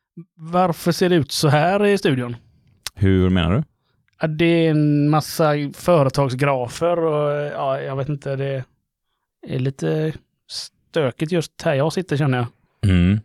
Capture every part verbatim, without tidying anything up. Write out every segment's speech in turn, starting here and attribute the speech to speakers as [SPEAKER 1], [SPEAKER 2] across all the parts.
[SPEAKER 1] Varför ser det ut så här i studion?
[SPEAKER 2] Hur menar du?
[SPEAKER 1] Ja, det är en massa företagsgrafer och ja, jag vet inte, det är lite stökigt just här jag sitter, känner jag.
[SPEAKER 2] Mm.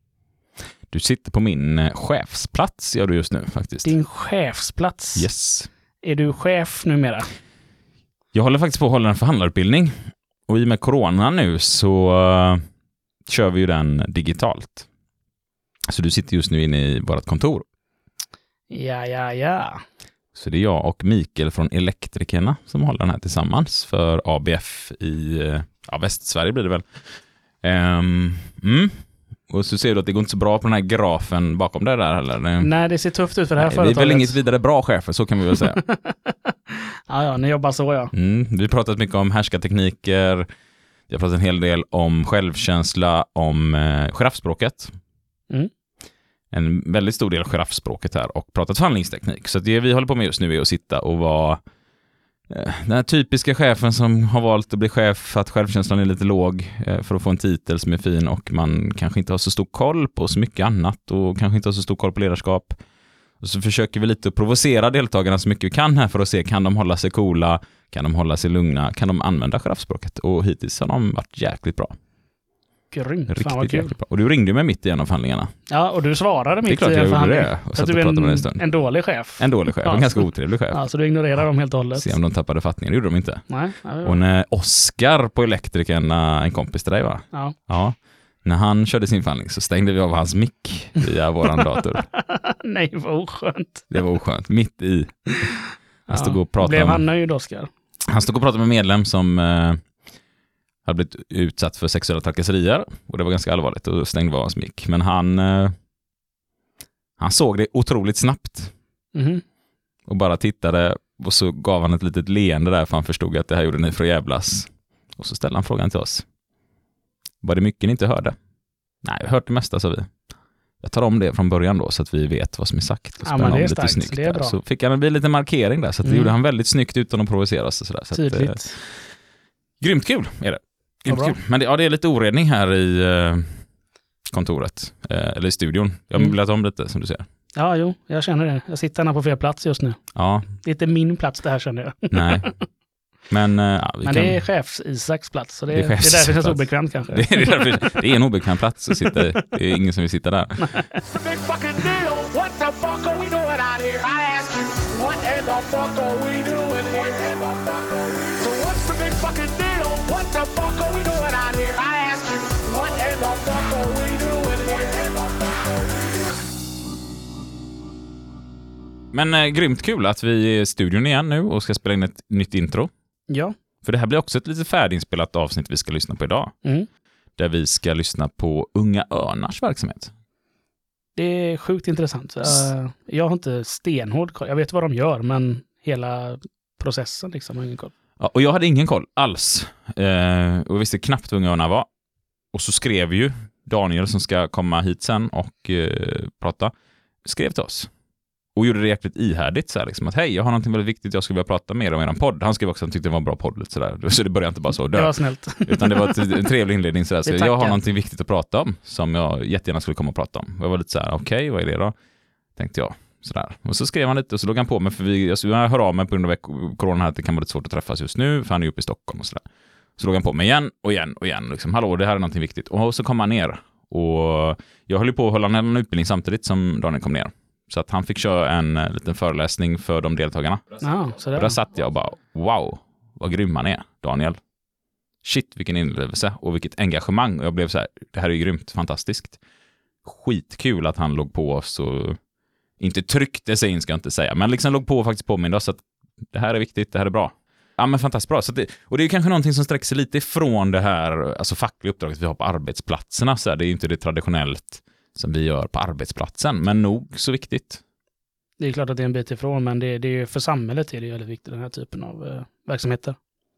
[SPEAKER 2] Du sitter på min eh, chefsplats, gör du just nu faktiskt.
[SPEAKER 1] Din chefsplats?
[SPEAKER 2] Yes.
[SPEAKER 1] Är du chef numera?
[SPEAKER 2] Jag håller faktiskt på att hålla en förhandlarutbildning. Och i och med corona nu så uh, kör vi ju den digitalt. Så du sitter just nu inne i vårt kontor.
[SPEAKER 1] Ja, ja, ja.
[SPEAKER 2] Så det är jag och Mikael från Elektrikerna som håller den här tillsammans för A B F i ja, Västsverige blir det väl. Um, mm. Och så ser du att det går inte så bra på den här grafen bakom det där heller.
[SPEAKER 1] Nej, det ser tufft ut för det här
[SPEAKER 2] Nej,
[SPEAKER 1] företaget.
[SPEAKER 2] Vi är väl inget vidare bra chefer, så kan vi väl säga.
[SPEAKER 1] ja, ja, ni jobbar så, ja.
[SPEAKER 2] Mm, vi har pratat mycket om härskartekniker. Vi har pratat en hel del om självkänsla, om eh, giraffspråket. Mm. En väldigt stor del giraffspråket här och pratat förhandlingsteknik. Så det vi håller på med just nu är att sitta och vara eh, den här typiska chefen som har valt att bli chef för att självkänslan är lite låg eh, för att få en titel som är fin och man kanske inte har så stor koll på så mycket annat och kanske inte har så stor koll på ledarskap. Och så försöker vi lite att provocera deltagarna så mycket vi kan här för att se, kan de hålla sig coola, kan de hålla sig lugna, kan de använda giraffspråket? Och hittills har de varit jäkligt bra.
[SPEAKER 1] Grymt,
[SPEAKER 2] Riktigt,
[SPEAKER 1] fan vad kul.
[SPEAKER 2] Och du ringde mig mitt i en av förhandlingarna.
[SPEAKER 1] Ja, och du svarade mitt i en
[SPEAKER 2] förhandling. Det är klart jag
[SPEAKER 1] förhandling.
[SPEAKER 2] gjorde det. Och
[SPEAKER 1] så
[SPEAKER 2] satt
[SPEAKER 1] du
[SPEAKER 2] och
[SPEAKER 1] är
[SPEAKER 2] pratade med
[SPEAKER 1] en,
[SPEAKER 2] en stund.
[SPEAKER 1] en dålig chef.
[SPEAKER 2] En dålig chef,
[SPEAKER 1] ja.
[SPEAKER 2] En ganska otrevlig chef.
[SPEAKER 1] Ja, så du ignorerar dem helt och hållet.
[SPEAKER 2] Se om de tappade fattningen, det gjorde de inte.
[SPEAKER 1] Nej. Ja,
[SPEAKER 2] och när Oskar på Elektrikerna, en kompis till dig va?
[SPEAKER 1] Ja.
[SPEAKER 2] Ja. När han körde sin förhandling så stängde vi av hans mick via våran dator.
[SPEAKER 1] Nej, vad oskönt.
[SPEAKER 2] Det var oskönt, mitt i. Han stod och pratade
[SPEAKER 1] Blev
[SPEAKER 2] om...
[SPEAKER 1] han nöjd, Oskar?
[SPEAKER 2] Han stod och pratade med en medlem som eh, hade blivit utsatt för sexuella trakasserier. Och det var ganska allvarligt och stängde av hans mick. Men han, eh, han såg det otroligt snabbt.
[SPEAKER 1] Mm-hmm.
[SPEAKER 2] Och bara tittade och så gav han ett litet leende där för han förstod att det här gjorde ni för jävlas. Och så ställde han frågan till oss. Var det mycket ni inte hörde? Nej, jag har hört det mesta, sa vi. Jag tar om det från början då så att vi vet vad som är sagt. Och
[SPEAKER 1] ja, men det är
[SPEAKER 2] lite
[SPEAKER 1] starkt,
[SPEAKER 2] snyggt
[SPEAKER 1] det är bra.
[SPEAKER 2] Så fick han en liten markering där så att det
[SPEAKER 1] mm.
[SPEAKER 2] gjorde han väldigt snyggt utan att provocera oss. Och sådär, så
[SPEAKER 1] tydligt.
[SPEAKER 2] Att, eh, grymt kul är det. Grymt
[SPEAKER 1] ja,
[SPEAKER 2] kul. Men det, ja, det är lite oredning här i eh, kontoret. Eh, eller i studion. Jag har
[SPEAKER 1] mm.
[SPEAKER 2] möblerat om lite som du ser.
[SPEAKER 1] Ja, jo, jag känner det. Jag sitter här på fel plats just nu.
[SPEAKER 2] Ja.
[SPEAKER 1] Det är inte min plats det här, känner jag.
[SPEAKER 2] Nej. Men, ja, vi
[SPEAKER 1] Men
[SPEAKER 2] kan...
[SPEAKER 1] det är chefs-Isaks plats, så det är,
[SPEAKER 2] det är,
[SPEAKER 1] det är därför det känns obekvämt kanske.
[SPEAKER 2] Det är, det, är därför, det är en obekväm plats att sitta i. Det är ingen som vill sitta där. Men äh, grymt kul att vi är i studion igen nu och ska spela in ett nytt intro.
[SPEAKER 1] Ja.
[SPEAKER 2] För det här blir också ett lite färdiginspelat avsnitt vi ska lyssna på idag.
[SPEAKER 1] Mm.
[SPEAKER 2] Där vi ska lyssna på Unga Örnars verksamhet.
[SPEAKER 1] Det är sjukt intressant. Uh, jag har inte stenhård koll. Jag vet vad de gör, men hela processen liksom har ingen koll.
[SPEAKER 2] Ja, och jag hade ingen koll alls. Uh, och visste knappt vad Unga Örnar var. Och så skrev ju Daniel som ska komma hit sen och uh, prata. Skrev till oss. Och gjorde det jäkligt ihärdigt så här, liksom, att hej, jag har någonting väldigt viktigt jag skulle vilja prata mer om er podd. Han skrev också att han tyckte det var en bra podd lite sådär. Så det började inte bara så dö.
[SPEAKER 1] Det var snällt.
[SPEAKER 2] Utan det var ett, en trevlig inledning sådär. Så jag har någonting viktigt att prata om som jag jättegärna skulle komma och prata om. Och jag var lite såhär, okej, okay, vad är det då? Tänkte jag. Sådär. Och så skrev han lite och så låg han på mig för vi, jag, jag hör av mig på grund av corona här att det kan vara lite svårt att träffas just nu för han är uppe i Stockholm och sådär. Så låg han på mig igen och igen och igen. Liksom, hallå, det här är någonting viktigt. Och så kom han ner. Och jag höll ju på att hålla en utbildning samtidigt som Daniel kom ner. Så att han fick köra en uh, liten föreläsning för de deltagarna.
[SPEAKER 1] Ja, så
[SPEAKER 2] och där satt jag och bara, wow, vad grym han är, Daniel. Shit, vilken inlevelse och vilket engagemang. Och jag blev så här, det här är ju grymt, fantastiskt. Skitkul att han låg på oss och inte tryckte sig in, ska jag inte säga. Men liksom låg på och faktiskt påminna oss att det här är viktigt, det här är bra. Ja, men fantastiskt bra. Så det, och det är kanske någonting som sträcker sig lite ifrån det här alltså fackliga uppdraget vi har på arbetsplatserna. Så här, det är ju inte det traditionellt som vi gör på arbetsplatsen, men nog så viktigt.
[SPEAKER 1] Det är klart att det är en bit ifrån, men det, det är ju för samhället är det väldigt viktigt, den här typen av uh, verksamheter.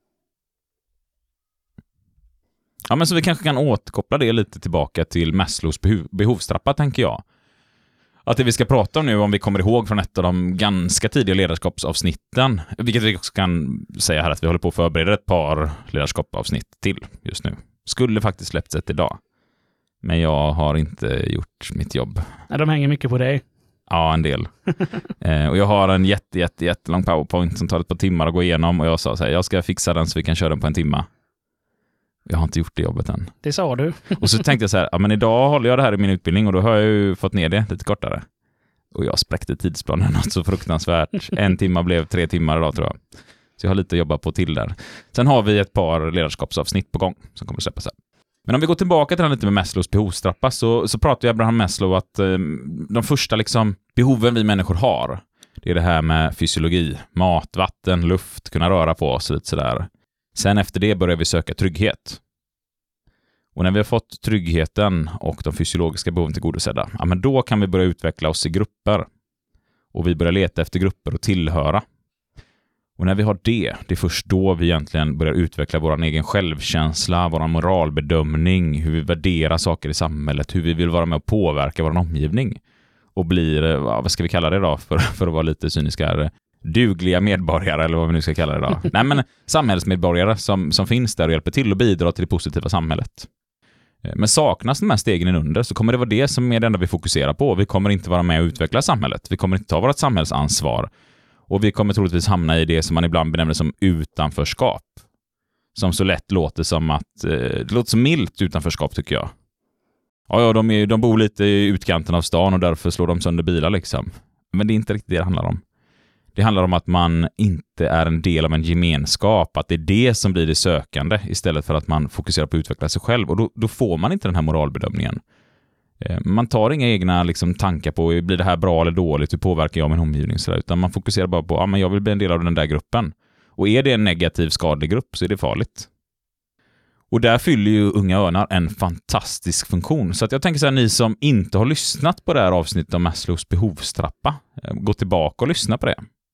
[SPEAKER 2] Ja, men så vi kanske kan återkoppla det lite tillbaka till Maslows behov, behovstrappa, tänker jag. Att det vi ska prata om nu, om vi kommer ihåg från ett av de ganska tidiga ledarskapsavsnitten, vilket vi också kan säga här att vi håller på att förbereda ett par ledarskapsavsnitt till just nu. Skulle faktiskt släppts ett idag. Men jag har inte gjort mitt jobb.
[SPEAKER 1] Nej, de hänger mycket på dig.
[SPEAKER 2] Ja, en del. eh, och jag har en jätte, jätte, jättelång PowerPoint som tar ett par timmar att gå igenom. Och jag sa så här, jag ska fixa den så vi kan köra den på en timma. Jag har inte gjort det jobbet än.
[SPEAKER 1] Det sa du.
[SPEAKER 2] Och så tänkte jag så här, ja men idag håller jag det här i min utbildning och då har jag ju fått ner det lite kortare. Och jag spräckte tidsplanen något så fruktansvärt. En timma blev tre timmar idag tror jag. Så jag har lite att jobba på till där. Sen har vi ett par ledarskapsavsnitt på gång som kommer att släppas här. Men om vi går tillbaka till den lite med Maslows behovstrappa så, så pratar ju Abraham Maslow att eh, de första liksom, behoven vi människor har, det är det här med fysiologi, mat, vatten, luft, kunna röra på oss och lite sådär. Sen efter det börjar vi söka trygghet. Och när vi har fått tryggheten och de fysiologiska behoven tillgodosedda, ja, men då kan vi börja utveckla oss i grupper. Och vi börjar leta efter grupper och tillhöra. Och när vi har det, det är först då vi egentligen börjar utveckla vår egen självkänsla, vår moralbedömning, hur vi värderar saker i samhället, hur vi vill vara med och påverka vår omgivning. Och blir, vad ska vi kalla det då för, för att vara lite cyniska här, dugliga medborgare eller vad vi nu ska kalla det då. Nej men samhällsmedborgare som, som finns där och hjälper till och bidrar till det positiva samhället. Men saknas de här stegen under så kommer det vara det som är det enda vi fokuserar på. Vi kommer inte vara med och utveckla samhället. Vi kommer inte ta vårt samhällsansvar. Och vi kommer troligtvis hamna i det som man ibland benämner som utanförskap. Som så lätt låter som att, eh, det låter som milt utanförskap tycker jag. Ja, ja de, är, de bor lite i utkanten av stan och därför slår de sönder bilar liksom. Men det är inte riktigt det det handlar om. Det handlar om att man inte är en del av en gemenskap, att det är det som blir det sökande istället för att man fokuserar på att utveckla sig själv. Och då, då får man inte den här moralbedömningen. Man tar inga egna liksom, tankar på, blir det här bra eller dåligt, hur påverkar jag min omgivning? Så där, utan man fokuserar bara på, ja men jag vill bli en del av den där gruppen. Och är det en negativ skadlig grupp så är det farligt. Och där fyller ju Unga Örnar en fantastisk funktion. Så att jag tänker så här, ni som inte har lyssnat på det här avsnittet om Maslows behovstrappa, gå tillbaka och lyssna på det.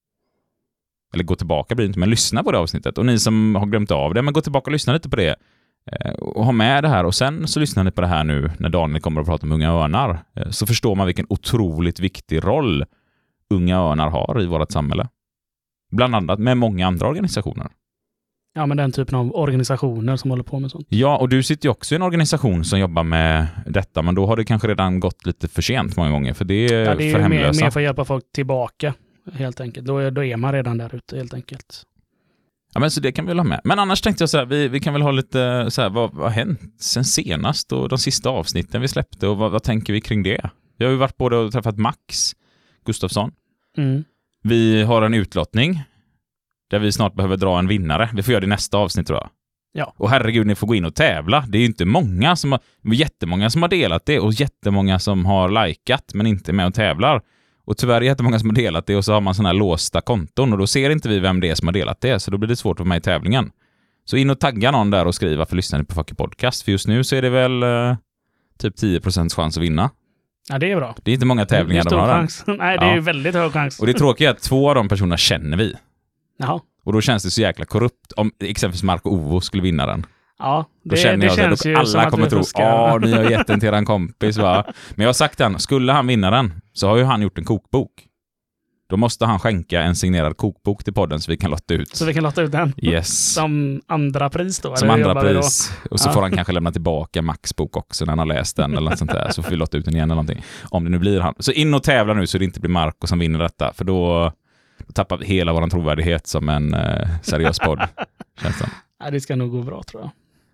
[SPEAKER 2] Eller gå tillbaka blir det inte, men lyssna på det avsnittet. Och ni som har glömt av det, men gå tillbaka och lyssna lite på det. Och ha med det här. Och sen så lyssnar ni på det här nu när Daniel kommer att prata om Unga Örnar. Så förstår man vilken otroligt viktig roll Unga Örnar har i vårt samhälle. Bland annat med många andra organisationer.
[SPEAKER 1] Ja, men den typen av organisationer som håller på med sånt.
[SPEAKER 2] Ja, och du sitter ju också i en organisation som jobbar med detta, men då har det kanske redan gått lite för sent många gånger, för det är,
[SPEAKER 1] ja, det är
[SPEAKER 2] för hemlösa.
[SPEAKER 1] Mer, mer för att hjälpa folk tillbaka, helt enkelt. Då är, då är man redan där ute, helt enkelt.
[SPEAKER 2] Ja, men så det kan vi väl ha med. Men annars tänkte jag så här, vi, vi kan väl ha lite så här, vad, vad har hänt sen senast och de sista avsnitten vi släppte och vad, vad tänker vi kring det? Vi har ju varit både och träffat Max Gustafsson.
[SPEAKER 1] Mm. Vi
[SPEAKER 2] har en utlottning där vi snart behöver dra en vinnare. Vi får göra det i nästa avsnitt tror jag.
[SPEAKER 1] Ja.
[SPEAKER 2] Och herregud, ni får gå in och tävla. Det är ju inte många som har, jättemånga som har delat det och jättemånga som har likat men inte med och tävlar. Och tyvärr är det jättemånga som har delat det och så har man sådana här låsta konton och då ser inte vi vem det är som har delat det, så då blir det svårt för mig i tävlingen. Så in och tagga någon där och skriva för lyssnare på Fucky Podcast, för just nu så är det väl uh, typ tio procent chans att vinna.
[SPEAKER 1] Ja, det är bra.
[SPEAKER 2] Det är inte många tävlingar
[SPEAKER 1] det är
[SPEAKER 2] de har
[SPEAKER 1] chans. Nej, det är
[SPEAKER 2] ja.
[SPEAKER 1] ju väldigt hög chans.
[SPEAKER 2] Och det tråkiga är att två av de personerna känner vi.
[SPEAKER 1] Jaha.
[SPEAKER 2] Och då känns det så jäkla korrupt om exempelvis Marco Ovo skulle vinna den.
[SPEAKER 1] Ja, det,
[SPEAKER 2] då känner
[SPEAKER 1] det
[SPEAKER 2] jag
[SPEAKER 1] känns
[SPEAKER 2] så,
[SPEAKER 1] ju
[SPEAKER 2] alla
[SPEAKER 1] som att
[SPEAKER 2] kommer
[SPEAKER 1] vi
[SPEAKER 2] tro, ja, ni har gett den till en kompis va. Men jag har sagt den, skulle han vinna den så har ju han gjort en kokbok. Då måste han skänka en signerad kokbok till podden så vi kan lotta ut.
[SPEAKER 1] Så vi kan lotta ut den?
[SPEAKER 2] Yes.
[SPEAKER 1] Som andra pris då?
[SPEAKER 2] Som andra pris. Och så
[SPEAKER 1] ja.
[SPEAKER 2] får han kanske lämna tillbaka Max bok också när han har läst den eller något sånt där. Så får vi lotta ut den igen eller någonting. Om det nu blir han. Så in och tävla nu så det inte blir Marco som vinner detta. För då, då tappar vi hela vår trovärdighet som en eh, seriös podd. Känns det.
[SPEAKER 1] Ja, det ska nog gå bra tror jag.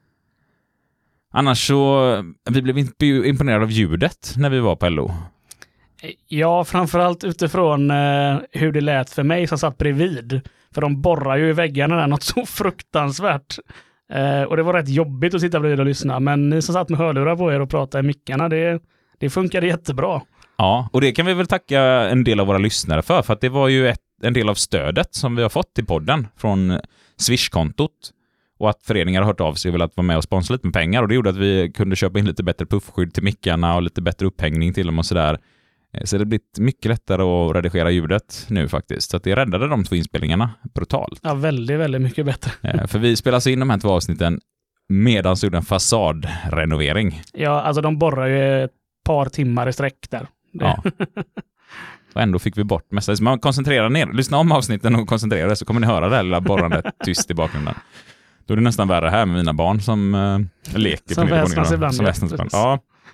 [SPEAKER 2] Annars så, vi blev inte imponerade av ljudet när vi var på L O.
[SPEAKER 1] Ja, framförallt utifrån eh, hur det lät för mig som satt bredvid. För de borrar ju i väggarna där något så fruktansvärt. Eh, och det var rätt jobbigt att sitta bredvid och lyssna. Men ni som satt med hörlurar på er och pratade i mickarna, det, det funkade jättebra.
[SPEAKER 2] Ja, och det kan vi väl tacka en del av våra lyssnare för. För att det var ju ett, en del av stödet som vi har fått till podden från Swish-kontot. Och att föreningar har hört av sig och velat vara med och sponsra lite med pengar. Och det gjorde att vi kunde köpa in lite bättre puffskydd till mickarna och lite bättre upphängning till dem och sådär. Så det har blivit mycket lättare att redigera ljudet nu faktiskt. Så att det räddade de två inspelningarna brutalt.
[SPEAKER 1] Ja, väldigt, väldigt mycket bättre.
[SPEAKER 2] För vi spelade in de här två avsnitten medan så gjorde en fasadrenovering.
[SPEAKER 1] Ja, alltså de borrar ju ett par timmar i sträck där. Det.
[SPEAKER 2] Ja. Och ändå fick vi bort mest. Så man koncentrerar ner. Lyssna om avsnitten och koncentrera dig så kommer ni höra det här lilla borrandet tyst i bakgrunden. Då är det nästan värre här med mina barn som uh, leker
[SPEAKER 1] som
[SPEAKER 2] på
[SPEAKER 1] väsnas ibland.
[SPEAKER 2] Som väsnas ibland. Ja.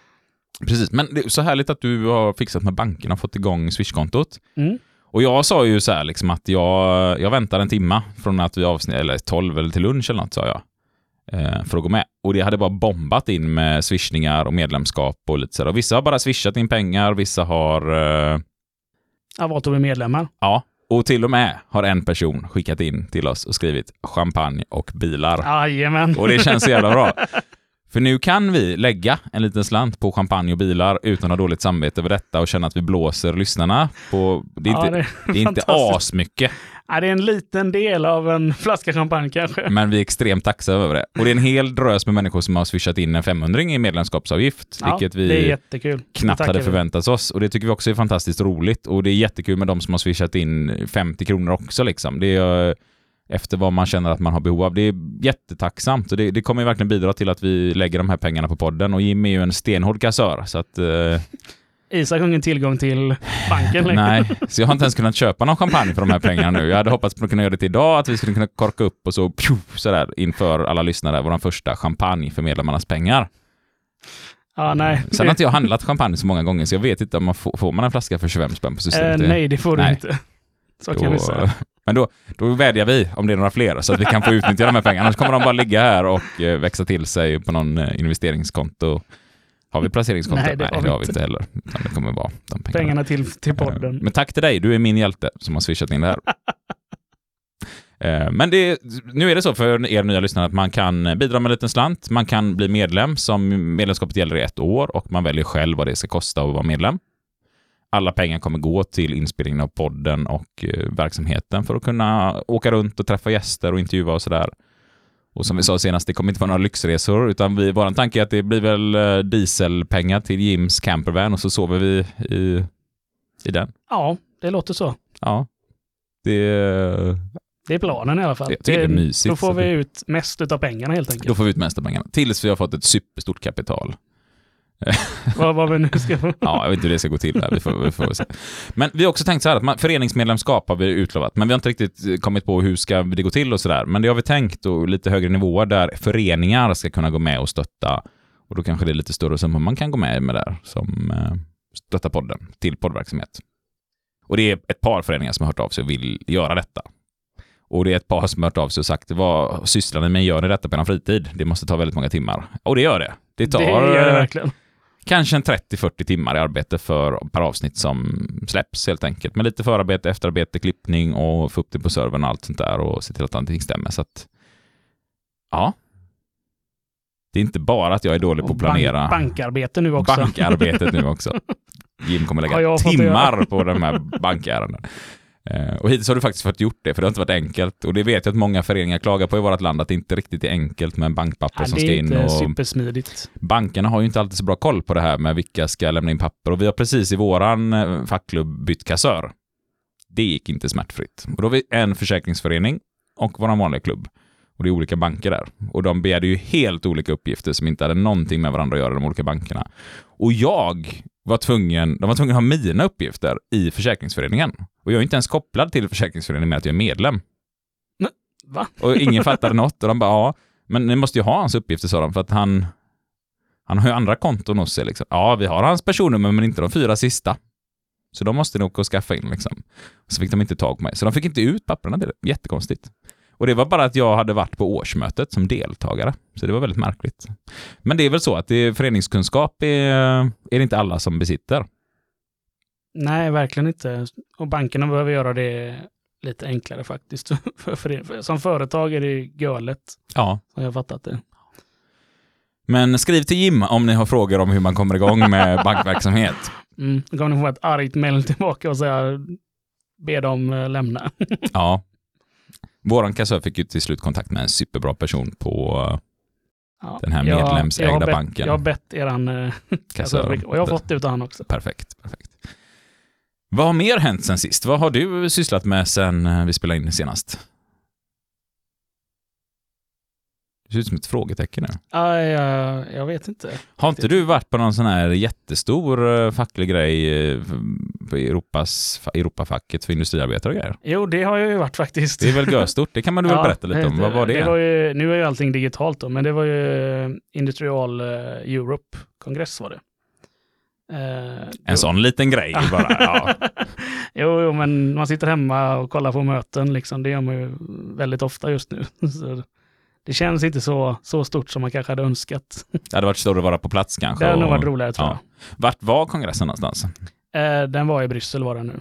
[SPEAKER 2] Precis, men det är så härligt att du har fixat med bankerna och fått igång Swish-kontot.
[SPEAKER 1] Mm.
[SPEAKER 2] Och jag sa ju så här liksom att jag, jag väntar en timma från att vi avsnitt, eller tolv eller till lunch eller något, sa jag. Eh, för att gå med. Och det hade bara bombat in med swishningar och medlemskap och lite sådär. Och vissa har bara swishat in pengar, vissa har... Eh,
[SPEAKER 1] ja, vad tog vi medlemmar?
[SPEAKER 2] Ja, och till och med har en person skickat in till oss och skrivit champagne och bilar.
[SPEAKER 1] Jajamän.
[SPEAKER 2] Och det känns så jävla bra. För nu kan vi lägga en liten slant på champagne och bilar utan att ha dåligt samvete över detta och känna att vi blåser lyssnarna på... Det är inte, ja, det är det är inte asmycket.
[SPEAKER 1] Ja, det är en liten del av en flaska champagne kanske.
[SPEAKER 2] Men vi är extremt tacksamma över det. Och det är en hel drös med människor som har swishat in en femhundring i medlemskapsavgift.
[SPEAKER 1] Ja,
[SPEAKER 2] vilket vi
[SPEAKER 1] det är jättekul.
[SPEAKER 2] knappt hade förväntat oss. Och det tycker vi också är fantastiskt roligt. Och det är jättekul med de som har swishat in femtio kronor också. Liksom. Det är efter vad man känner att man har behov av. Det är jättetacksamt. Och det, det kommer ju verkligen bidra till att vi lägger de här pengarna på podden. Och Jim är ju en stenhård kassör. Så att... Eh...
[SPEAKER 1] Isak har ingen tillgång till banken längre.
[SPEAKER 2] Nej, så jag har inte ens kunnat köpa någon champagne för de här pengarna nu. Jag hade hoppats på att kunna göra det till idag, att vi skulle kunna korka upp och så pju, sådär inför alla lyssnare vår första champagne för medlemmarnas pengar.
[SPEAKER 1] Ja, nej.
[SPEAKER 2] Sen har inte jag handlat champagne så många gånger så jag vet inte om man får, får man en flaska för tjugofem spänn på systemet.
[SPEAKER 1] Eh, nej, det får du nej. inte. Så
[SPEAKER 2] då,
[SPEAKER 1] kan vi säga.
[SPEAKER 2] Men då, då vädjar vi om det är några fler så att vi kan få utnyttja de här pengarna. Annars kommer de bara ligga här och eh, växa till sig på någon eh, investeringskonto. Har vi placeringskonto?
[SPEAKER 1] Nej, det har, Nej, det har vi inte
[SPEAKER 2] heller. Utan det kommer vara de pengarna.
[SPEAKER 1] pengarna till, till podden.
[SPEAKER 2] Men tack till dig, du är min hjälte som har swishat in det här. Men det, nu är det så för er nya lyssnare att man kan bidra med en liten slant. Man kan bli medlem som medlemskapet gäller i ett år och man väljer själv vad det ska kosta att vara medlem. Alla pengar kommer gå till inspelningen av podden och verksamheten för att kunna åka runt och träffa gäster och intervjua och sådär. Och som vi sa senast, det kommer inte vara några lyxresor utan vi, våran tanke är att det blir väl dieselpengar till Jims campervan och så sover vi i, i den.
[SPEAKER 1] Ja, det låter så.
[SPEAKER 2] Ja, det,
[SPEAKER 1] det är planen i alla fall.
[SPEAKER 2] Det, det är mysigt.
[SPEAKER 1] Då får vi ut mest av pengarna helt enkelt.
[SPEAKER 2] Då får vi ut mest av pengarna. Tills vi har fått ett superstort kapital.
[SPEAKER 1] vad, vad vi nu ska få.
[SPEAKER 2] Ja, jag vet inte hur det ska gå till där. Vi får, vi får se. Men vi har också tänkt så här att man, föreningsmedlemskap har vi utlovat. Men vi har inte riktigt kommit på hur ska det gå till och sådär. Men det har vi tänkt och lite högre nivåer där föreningar ska kunna gå med och stötta. Och då kanske det är lite större som man kan gå med med där som eh, stöttar podden till poddverksamhet. Och det är ett par föreningar som har hört av sig och vill göra detta. Och det är ett par som har hört av sig och sagt vad sysslar ni med, gör ni detta på en fritid? Det måste ta väldigt många timmar. Och det gör det. Det tar
[SPEAKER 1] det gör det verkligen.
[SPEAKER 2] Kanske en trettio till fyrtio timmar i arbete för per avsnitt som släpps helt enkelt. Med lite förarbete, efterarbete, klippning och få upp det på servern och allt sånt där och se till att allting stämmer. Så att, ja. Det är inte bara att jag är dålig och på att planera.
[SPEAKER 1] Bank, bankarbete nu också.
[SPEAKER 2] Bankarbetet nu också. Jim kommer lägga timmar på de här bankärenden. Och hittills har du faktiskt fått gjort det, för det har inte varit enkelt. Och det vet jag att många föreningar klagar på i vårt land, att det inte riktigt är enkelt med en bankpapper ja, som ska in.
[SPEAKER 1] Det är inte
[SPEAKER 2] och
[SPEAKER 1] supersmidigt.
[SPEAKER 2] Bankerna har ju inte alltid så bra koll på det här med vilka ska lämna in papper. Och vi har precis i våran fackklubb bytt kassör. Det gick inte smärtfritt. Och då har vi en försäkringsförening och våran vanliga klubb. Och det är olika banker där. Och de begärde ju helt olika uppgifter som inte hade någonting med varandra att göra, de olika bankerna. Och jag var tvungen, de var tvungna att ha mina uppgifter i försäkringsföreningen. Och jag är inte ens kopplad till försäkringsföreningen med att jag är medlem.
[SPEAKER 1] Men, va?
[SPEAKER 2] Och ingen fattade något. Och de bara, ja, men ni måste ju ha hans uppgifter, sa de, för att han, han har ju andra konton hos sig. Liksom. Ja, vi har hans personnummer, men inte de fyra sista. Så de måste nog gå och skaffa in. Liksom. Så fick de inte tag på mig. Så de fick inte ut papperna. Det är jättekonstigt. Och det var bara att jag hade varit på årsmötet som deltagare. Så det var väldigt märkligt. Men det är väl så att det är, föreningskunskap är, är det inte alla som besitter.
[SPEAKER 1] Nej, verkligen inte. Och bankerna behöver göra det lite enklare faktiskt. för, för, som företag är det galet.
[SPEAKER 2] Ja.
[SPEAKER 1] Jag har fattat det.
[SPEAKER 2] Men skriv till Jim om ni har frågor om hur man kommer igång med bankverksamhet.
[SPEAKER 1] Mm, då kommer ni få ett argt mejl tillbaka och säga be dem lämna.
[SPEAKER 2] Ja. Våran kassör fick ju till slut kontakt med en superbra person på ja, den här medlemsägda
[SPEAKER 1] jag, jag
[SPEAKER 2] banken.
[SPEAKER 1] Bet, jag har bett eran äh, kassör och jag har fått det utav han också.
[SPEAKER 2] Perfekt, perfekt. Vad har mer hänt sen sist? Vad har du sysslat med sen vi spelade in senast? Det ser ut som ett frågetecken nu.
[SPEAKER 1] Ja, jag, jag vet inte.
[SPEAKER 2] Har inte du varit på någon sån här jättestor facklig grej på Europas, Europafacket för industriarbetare och grejer?
[SPEAKER 1] Jo, det har jag ju varit faktiskt.
[SPEAKER 2] Det är väl görstort. Det kan man du väl
[SPEAKER 1] ja,
[SPEAKER 2] berätta lite om. Vad var det?
[SPEAKER 1] det var ju, nu är ju allting digitalt då, men det var ju Industrial Europe-kongress var det. Eh,
[SPEAKER 2] en sån liten grej bara. Ja.
[SPEAKER 1] jo, jo, men man sitter hemma och kollar på möten. Liksom, det gör man ju väldigt ofta just nu. Så det känns inte så, så stort som man kanske hade önskat.
[SPEAKER 2] Det hade varit stort att vara på plats kanske.
[SPEAKER 1] Det hade nog
[SPEAKER 2] och,
[SPEAKER 1] varit roligare, tror
[SPEAKER 2] ja. Vart var kongressen någonstans?
[SPEAKER 1] jag. Eh, den var i Bryssel, var den nu.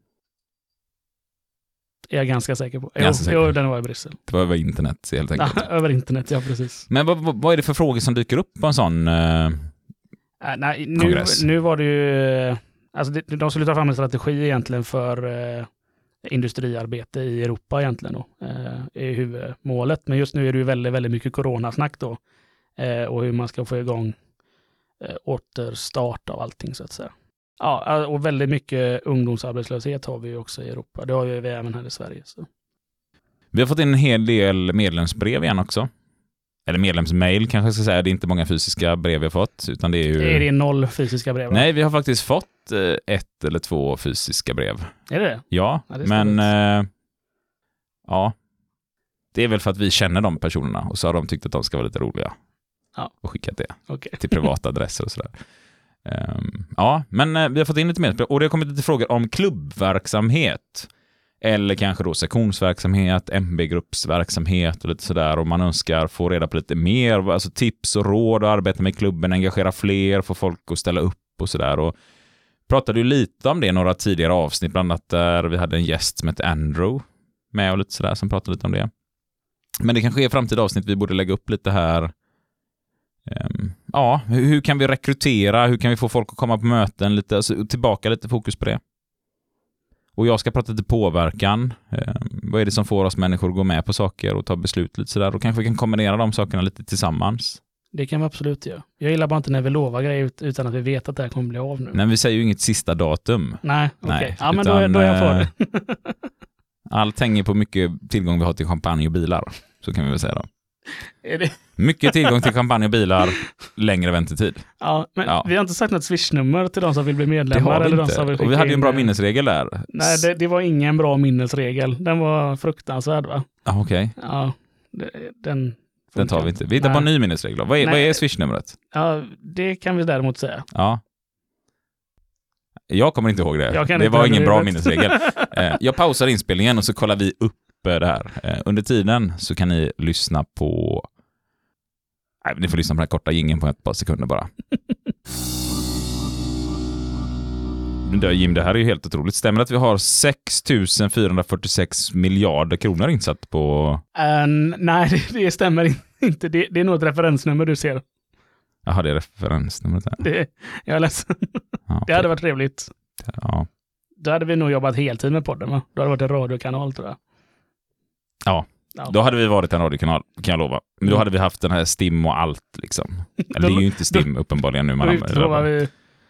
[SPEAKER 1] Är jag ganska säker på. Jo,
[SPEAKER 2] Ganska säker.
[SPEAKER 1] jo, den var i Bryssel.
[SPEAKER 2] Det var över internet helt enkelt.
[SPEAKER 1] Ja, över internet, ja precis.
[SPEAKER 2] Men vad, vad, vad är det för frågor som dyker upp på en sån eh,
[SPEAKER 1] Äh, nej, nu,
[SPEAKER 2] kongress?
[SPEAKER 1] nu var det ju... Alltså det, de skulle ta fram en strategi egentligen för eh, industriarbete i Europa egentligen då, eh, är huvudmålet. Men just nu är det ju väldigt, väldigt mycket coronasnack då. Eh, och hur man ska få igång eh, återstart av allting så att säga. Ja, och väldigt mycket ungdomsarbetslöshet har vi ju också i Europa. Det har ju vi även här i Sverige. Så.
[SPEAKER 2] Vi har fått in en hel del medlemsbrev igen också. Eller medlemsmail kanske jag ska säga. Det är inte många fysiska brev vi har fått. Utan det är ju...
[SPEAKER 1] Är det noll fysiska brev?
[SPEAKER 2] Nej, vi har faktiskt fått eh, ett eller två fysiska brev.
[SPEAKER 1] Är det det?
[SPEAKER 2] Ja,
[SPEAKER 1] Ja, det
[SPEAKER 2] men eh, ja. Det är väl för att vi känner de personerna och så har de tyckt att de ska vara lite roliga.
[SPEAKER 1] Ja.
[SPEAKER 2] Och skickat det
[SPEAKER 1] Okay.
[SPEAKER 2] till privata adresser och sådär. Um, ja, men eh, vi har fått in lite mer och det har kommit lite frågor om klubbverksamhet eller kanske då sektionsverksamhet, M B-gruppsverksamhet och lite sådär, och man önskar få reda på lite mer, alltså tips och råd och arbeta med klubben, engagera fler, få folk att ställa upp och sådär. Och pratade ju lite om det i några tidigare avsnitt, bland annat där vi hade en gäst som hette Andrew med och lite sådär som pratade lite om det. Men det kanske är framtida avsnitt vi borde lägga upp lite här. Um, ja, hur, hur kan vi rekrytera? Hur kan vi få folk att komma på möten? Lite, alltså, tillbaka lite fokus på det. Och jag ska prata lite påverkan. Um, vad är det som får oss människor att gå med på saker och ta beslut lite sådär? Och kanske vi kan kombinera de sakerna lite tillsammans.
[SPEAKER 1] Det kan vi absolut göra. Jag gillar bara inte när vi lovar grejer utan att vi vet att det här kommer bli av nu.
[SPEAKER 2] Nej, vi säger ju inget sista datum.
[SPEAKER 1] Nej, okej. Okay. Ja, men
[SPEAKER 2] utan,
[SPEAKER 1] då, är, då är jag för det.
[SPEAKER 2] Allt hänger på mycket tillgång vi har till champagne och bilar. Så kan vi väl säga då.
[SPEAKER 1] Är det?
[SPEAKER 2] Mycket tillgång till champagne och bilar, längre väntetid.
[SPEAKER 1] Ja, men
[SPEAKER 2] ja.
[SPEAKER 1] Vi har inte sagt något swishnummer till de som vill bli medlemmar.
[SPEAKER 2] Det
[SPEAKER 1] eller
[SPEAKER 2] de
[SPEAKER 1] som vill
[SPEAKER 2] och vi hade ju en bra
[SPEAKER 1] in...
[SPEAKER 2] minnesregel där.
[SPEAKER 1] Nej, det, det var ingen bra minnesregel. Den var fruktansvärd, va?
[SPEAKER 2] Ah, okej. Okay.
[SPEAKER 1] Ja, det, den...
[SPEAKER 2] Den tar vi inte. Vi hittar på en ny minnesregel. Vad är, vad är swishnumret?
[SPEAKER 1] Ja, det kan vi däremot säga.
[SPEAKER 2] Ja. Jag kommer inte ihåg det. Det var ingen bra minnesregel. Jag pausar inspelningen och så kollar vi upp det här. Under tiden så kan ni lyssna på... Nej, ni får lyssna på den här korta jingeln på ett par sekunder bara. Jim, det här är ju helt otroligt. Stämmer att vi har sex tusen fyrahundrafyrtiosex miljarder kronor insatt på...
[SPEAKER 1] Uh, nej, det, det stämmer inte. Det, det är nog ett referensnummer du ser.
[SPEAKER 2] Jaha, det är referensnumret här.
[SPEAKER 1] Det, jag är ledsen. Ja, okay. Det hade varit trevligt.
[SPEAKER 2] Ja.
[SPEAKER 1] Då hade vi nog jobbat heltid med podden, va? Då hade det varit en radiokanal, tror jag.
[SPEAKER 2] Ja. Ja. Då hade vi varit en radiokanal, kan jag lova. Men då hade vi haft den här Stim och allt, liksom. Eller det är ju inte Stim, då, uppenbarligen, nu man
[SPEAKER 1] använder det.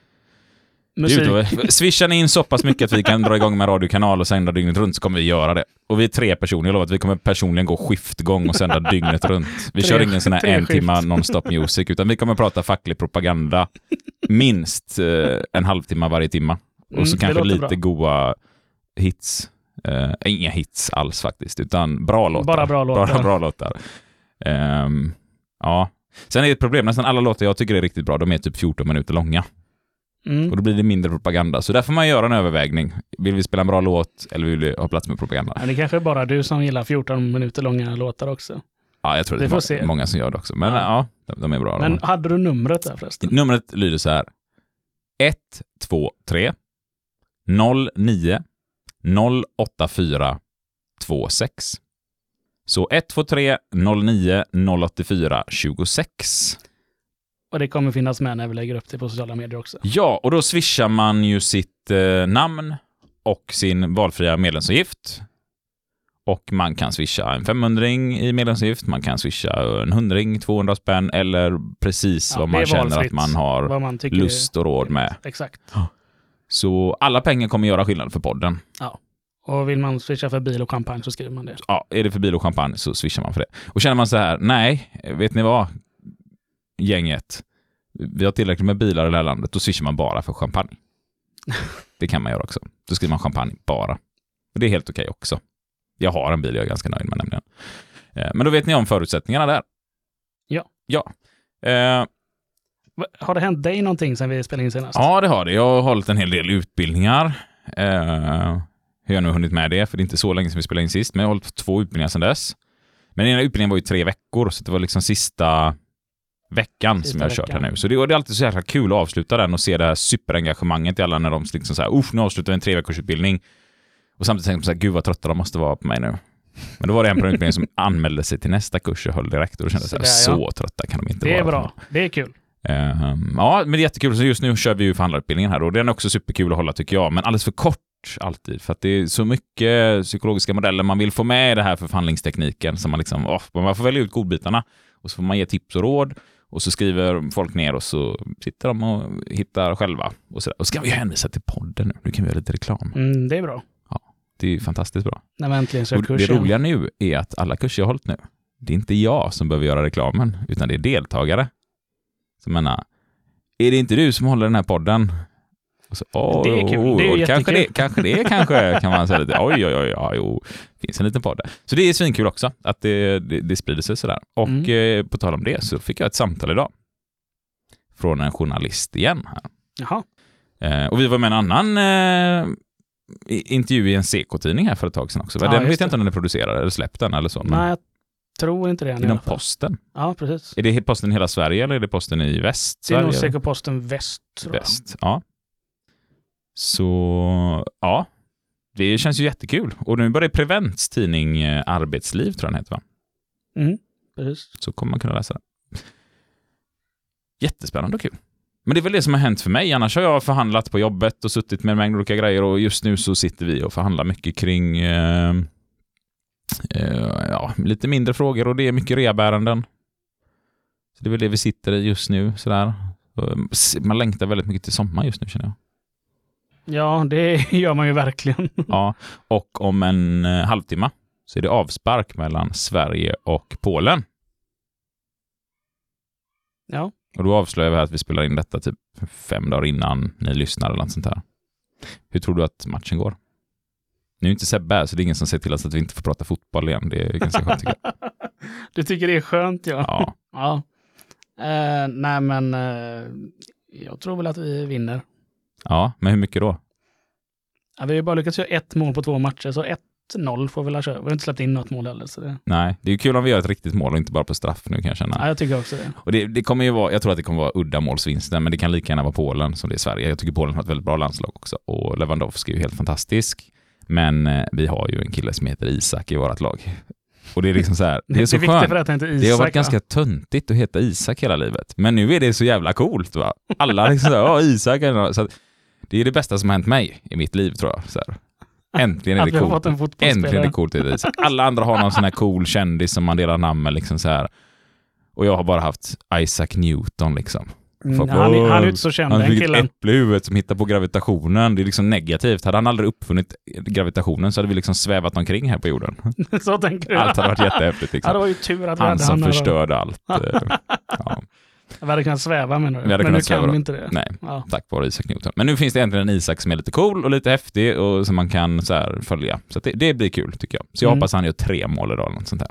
[SPEAKER 1] Musik.
[SPEAKER 2] Swishar ni in så pass mycket att vi kan dra igång med en radiokanal och sända dygnet runt, så kommer vi göra det. Och vi är tre personer, jag lovar att vi kommer personligen gå skiftgång och sända dygnet runt. Vi tre, kör ingen sån här en timma non-stop music, utan vi kommer prata facklig propaganda minst eh, en halvtimme varje timma. Och så mm, kanske lite bra. Goa hits. Uh, inga hits alls faktiskt, utan bra låtar.
[SPEAKER 1] Bara bra låtar.
[SPEAKER 2] Bara bra låtar. Um, ja. Sen är det ett problem, nästan alla låtar jag tycker är riktigt bra, de är typ fjorton minuter långa. Mm. Och då blir det mindre propaganda. Så där får man göra en övervägning. Vill vi spela en bra låt eller vill vi ha plats med propaganda?
[SPEAKER 1] Ja, det kanske är bara du som gillar fjorton minuter långa låtar också.
[SPEAKER 2] Ja, jag tror det, det är många som gör det också. Men ja, ja de, de är bra.
[SPEAKER 1] Men de. Hade du numret där förresten?
[SPEAKER 2] Numret lyder så här. ett två tre noll nio noll åtta fyra två sex. Så ett två tre noll nio noll åtta fyra två sex.
[SPEAKER 1] Och det kommer finnas med när vi lägger upp det på sociala medier också.
[SPEAKER 2] Ja, och då swishar man ju sitt eh, namn och sin valfria medlemsavgift. Och man kan swisha en femhundring i medlemsavgift, man kan swisha en hundring, tvåhundra spänn eller precis ja, vad man känner att man har man lust och råd med.
[SPEAKER 1] Exakt.
[SPEAKER 2] Så alla pengar kommer göra skillnad för podden.
[SPEAKER 1] Ja. Och vill man swisha för bil och champagne så skriver man det.
[SPEAKER 2] Ja, är det för bil och champagne så swishar man för det. Och känner man så här, nej, vet ni vad? Gänget. Vi har tillräckligt med bilar i det här landet, då swishar man bara för champagne. Det kan man göra också. Då skriver man champagne bara. Och det är helt okej också. Jag har en bil jag är ganska nöjd med nämligen. Men då vet ni om förutsättningarna där.
[SPEAKER 1] Ja.
[SPEAKER 2] Ja. Eh,
[SPEAKER 1] Har det hänt dig någonting sen vi spelade in senast?
[SPEAKER 2] Ja, det har det. Jag har hållit en hel del utbildningar. Uh, hur jag nu hunnit med det, för det är inte så länge sedan vi spelade in sist, men jag har hållit två utbildningar sedan dess. Men den ena utbildningen var ju tre veckor, så det var liksom sista veckan sista som jag har kört här nu. Så det, och det är alltid så jäkla kul att avsluta den och se det här superengagemanget i alla när de liksom så här, uff, nu avslutar vi en tre veckors utbildning. Och samtidigt tänker de så här, gud vad trötta de måste vara på mig nu. Men då var det en på utbildningen som anmälde sig till nästa kurs och höll direkt och då kände jag så, här, så trötta kan de inte
[SPEAKER 1] vara. Det är
[SPEAKER 2] vara.
[SPEAKER 1] bra, det är kul.
[SPEAKER 2] Um, ja, men det är jättekul. Så just nu kör vi ju förhandlarutbildningen här och den är också superkul att hålla tycker jag, men alldeles för kort alltid, för att det är så mycket psykologiska modeller man vill få med i det här för förhandlingstekniken som man liksom, oh, man får välja ut godbitarna och så får man ge tips och råd och så skriver folk ner och så sitter de och hittar själva och så, och ska vi hänvisa till podden nu, nu kan vi göra lite reklam.
[SPEAKER 1] Mm, det är bra.
[SPEAKER 2] Ja, det är ju fantastiskt bra.
[SPEAKER 1] Nej, men äntligen så
[SPEAKER 2] och det roliga nu är att alla kurser jag har hållit nu, det är inte jag som behöver göra reklamen, utan det är deltagare. Så jag menar, är det inte du som håller den här podden? Och så, oh,
[SPEAKER 1] det är kul.
[SPEAKER 2] Oh,
[SPEAKER 1] det är
[SPEAKER 2] oh, kanske det, kanske det kanske kan man säga lite. Oj, oj, oj, ja, jo, finns en liten podd där. Så det är svinkul också att det, det, det sprider sig sådär. Och mm. eh, på tal om det så fick jag ett samtal idag från en journalist igen här.
[SPEAKER 1] Jaha.
[SPEAKER 2] Eh, och vi var med en annan eh, intervju i en C K-tidning här för ett tag sedan också. Ja, den vet jag inte om den är producerad eller släppt den eller så.
[SPEAKER 1] Nej, jag tror inte det.
[SPEAKER 2] Inom Posten?
[SPEAKER 1] Ja, precis.
[SPEAKER 2] Är det Posten i hela Sverige eller är det Posten i väst?
[SPEAKER 1] Det är nog säkert Posten väst, tror jag.
[SPEAKER 2] Väst, ja. Så, ja. Det känns ju jättekul. Och nu börjar Prevents tidning Arbetsliv, tror jag den heter, va?
[SPEAKER 1] Mm, precis.
[SPEAKER 2] Så kommer man kunna läsa det. Jättespännande och kul. Men det är väl det som har hänt för mig. Annars har jag förhandlat på jobbet och suttit med en mängd olika grejer. Och just nu så sitter vi och förhandlar mycket kring eh, eh, ja, lite mindre frågor. Och det är mycket rehabärenden. Så det är väl det vi sitter i just nu. Sådär. Man längtar väldigt mycket till sommar just nu, känner jag.
[SPEAKER 1] Ja, det gör man ju verkligen.
[SPEAKER 2] Ja, och om en eh, halvtimme så är det avspark mellan Sverige och Polen.
[SPEAKER 1] Ja.
[SPEAKER 2] Och då avslöjar vi att vi spelar in detta typ fem dagar innan ni lyssnar eller något sånt här. Hur tror du att matchen går? Nu är inte Sebbe, så det är ingen som säger till oss att vi inte får prata fotboll igen. Det är ganska skönt, tycker jag.
[SPEAKER 1] Du tycker det är skönt, ja.
[SPEAKER 2] Ja.
[SPEAKER 1] ja. Uh, nej, men uh, jag tror väl att vi vinner.
[SPEAKER 2] Ja, men hur mycket då?
[SPEAKER 1] Ja, vi har ju bara lyckats göra ett mål på två matcher, så ett noll får vi väl köra. Vi har inte släppt in något mål heller. Så det...
[SPEAKER 2] Nej, det är ju kul om vi gör ett riktigt mål och inte bara på straff nu, kan jag känna.
[SPEAKER 1] Ja, jag tycker också det.
[SPEAKER 2] Och det, det kommer ju vara, jag tror att det kommer vara udda målsvinsten, men det kan lika gärna vara Polen som det är Sverige. Jag tycker Polen har ett väldigt bra landslag också. Och Lewandowski är ju helt fantastisk. Men eh, vi har ju en kille som heter Isak i vårt lag. Och det är liksom så här, det är så
[SPEAKER 1] det är
[SPEAKER 2] skönt.
[SPEAKER 1] För att inte Isak,
[SPEAKER 2] det har varit
[SPEAKER 1] va?
[SPEAKER 2] ganska töntigt att heta Isak hela livet. Men nu är det så jävla coolt, va? Alla liksom så här, ja, Isak. Så att, det är det bästa som har hänt mig i mitt liv, tror jag. Så här. Äntligen är det coolt. Äntligen är det coolt. Alla andra har någon sån här cool kändis som man delar namn med, liksom så här. Och jag har bara haft Isaac Newton, liksom.
[SPEAKER 1] Mm, Folk, han, är, han är inte så känd,
[SPEAKER 2] han
[SPEAKER 1] den killen.
[SPEAKER 2] Han fick ett äpple i huvudet som hittar på gravitationen. Det är liksom negativt. Hade han aldrig uppfunnit gravitationen så hade vi liksom svävat omkring här på jorden.
[SPEAKER 1] Så tänker du.
[SPEAKER 2] Allt hade varit jättehäftigt. Liksom.
[SPEAKER 1] Ja, det var ju tur att vi
[SPEAKER 2] han
[SPEAKER 1] hade
[SPEAKER 2] som
[SPEAKER 1] han
[SPEAKER 2] förstörde allt. Ja.
[SPEAKER 1] Vi hade kunnat sväva, menar du?
[SPEAKER 2] Vi hade
[SPEAKER 1] Men nu kan
[SPEAKER 2] sväva.
[SPEAKER 1] vi inte det.
[SPEAKER 2] Nej,
[SPEAKER 1] ja.
[SPEAKER 2] Tack vare Isaac Newton. Men nu finns det egentligen en Isak som är lite cool och lite häftig och som man kan så här följa. Så det, det blir kul, tycker jag. Så jag mm. hoppas han gör tre mål idag eller något sånt här.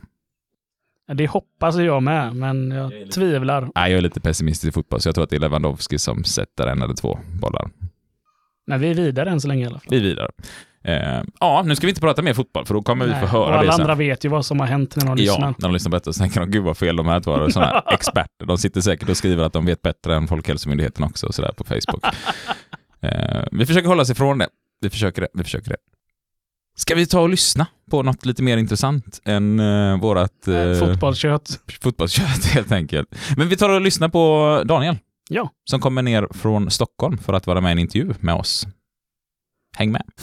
[SPEAKER 1] Det hoppas jag med, men jag, jag lite... tvivlar.
[SPEAKER 2] Nej, jag är lite pessimistisk i fotboll, så jag tror att det är Lewandowski som sätter en eller två bollar.
[SPEAKER 1] Nej, vi är vidare än så länge i alla fall.
[SPEAKER 2] Vi är vidare. Eh, ja, nu ska vi inte prata mer fotboll, för då kommer Nej, vi få höra
[SPEAKER 1] och alla
[SPEAKER 2] det sen.
[SPEAKER 1] andra vet ju vad som har hänt när de lyssnar.
[SPEAKER 2] Ja, när de lyssnar på detta så tänker de, gud vad fel de här två är. Sådana experter. De sitter säkert och skriver att de vet bättre än Folkhälsomyndigheten också och sådär på Facebook. eh, vi försöker hålla oss ifrån det. Vi försöker det. Vi försöker det. Ska vi ta och lyssna på något lite mer intressant än uh, vårat... Uh,
[SPEAKER 1] fotbollskött.
[SPEAKER 2] Fotbollskött, helt enkelt. Men vi tar och lyssnar på Daniel.
[SPEAKER 1] Ja.
[SPEAKER 2] Som kommer ner från Stockholm för att vara med i en intervju med oss. Häng med.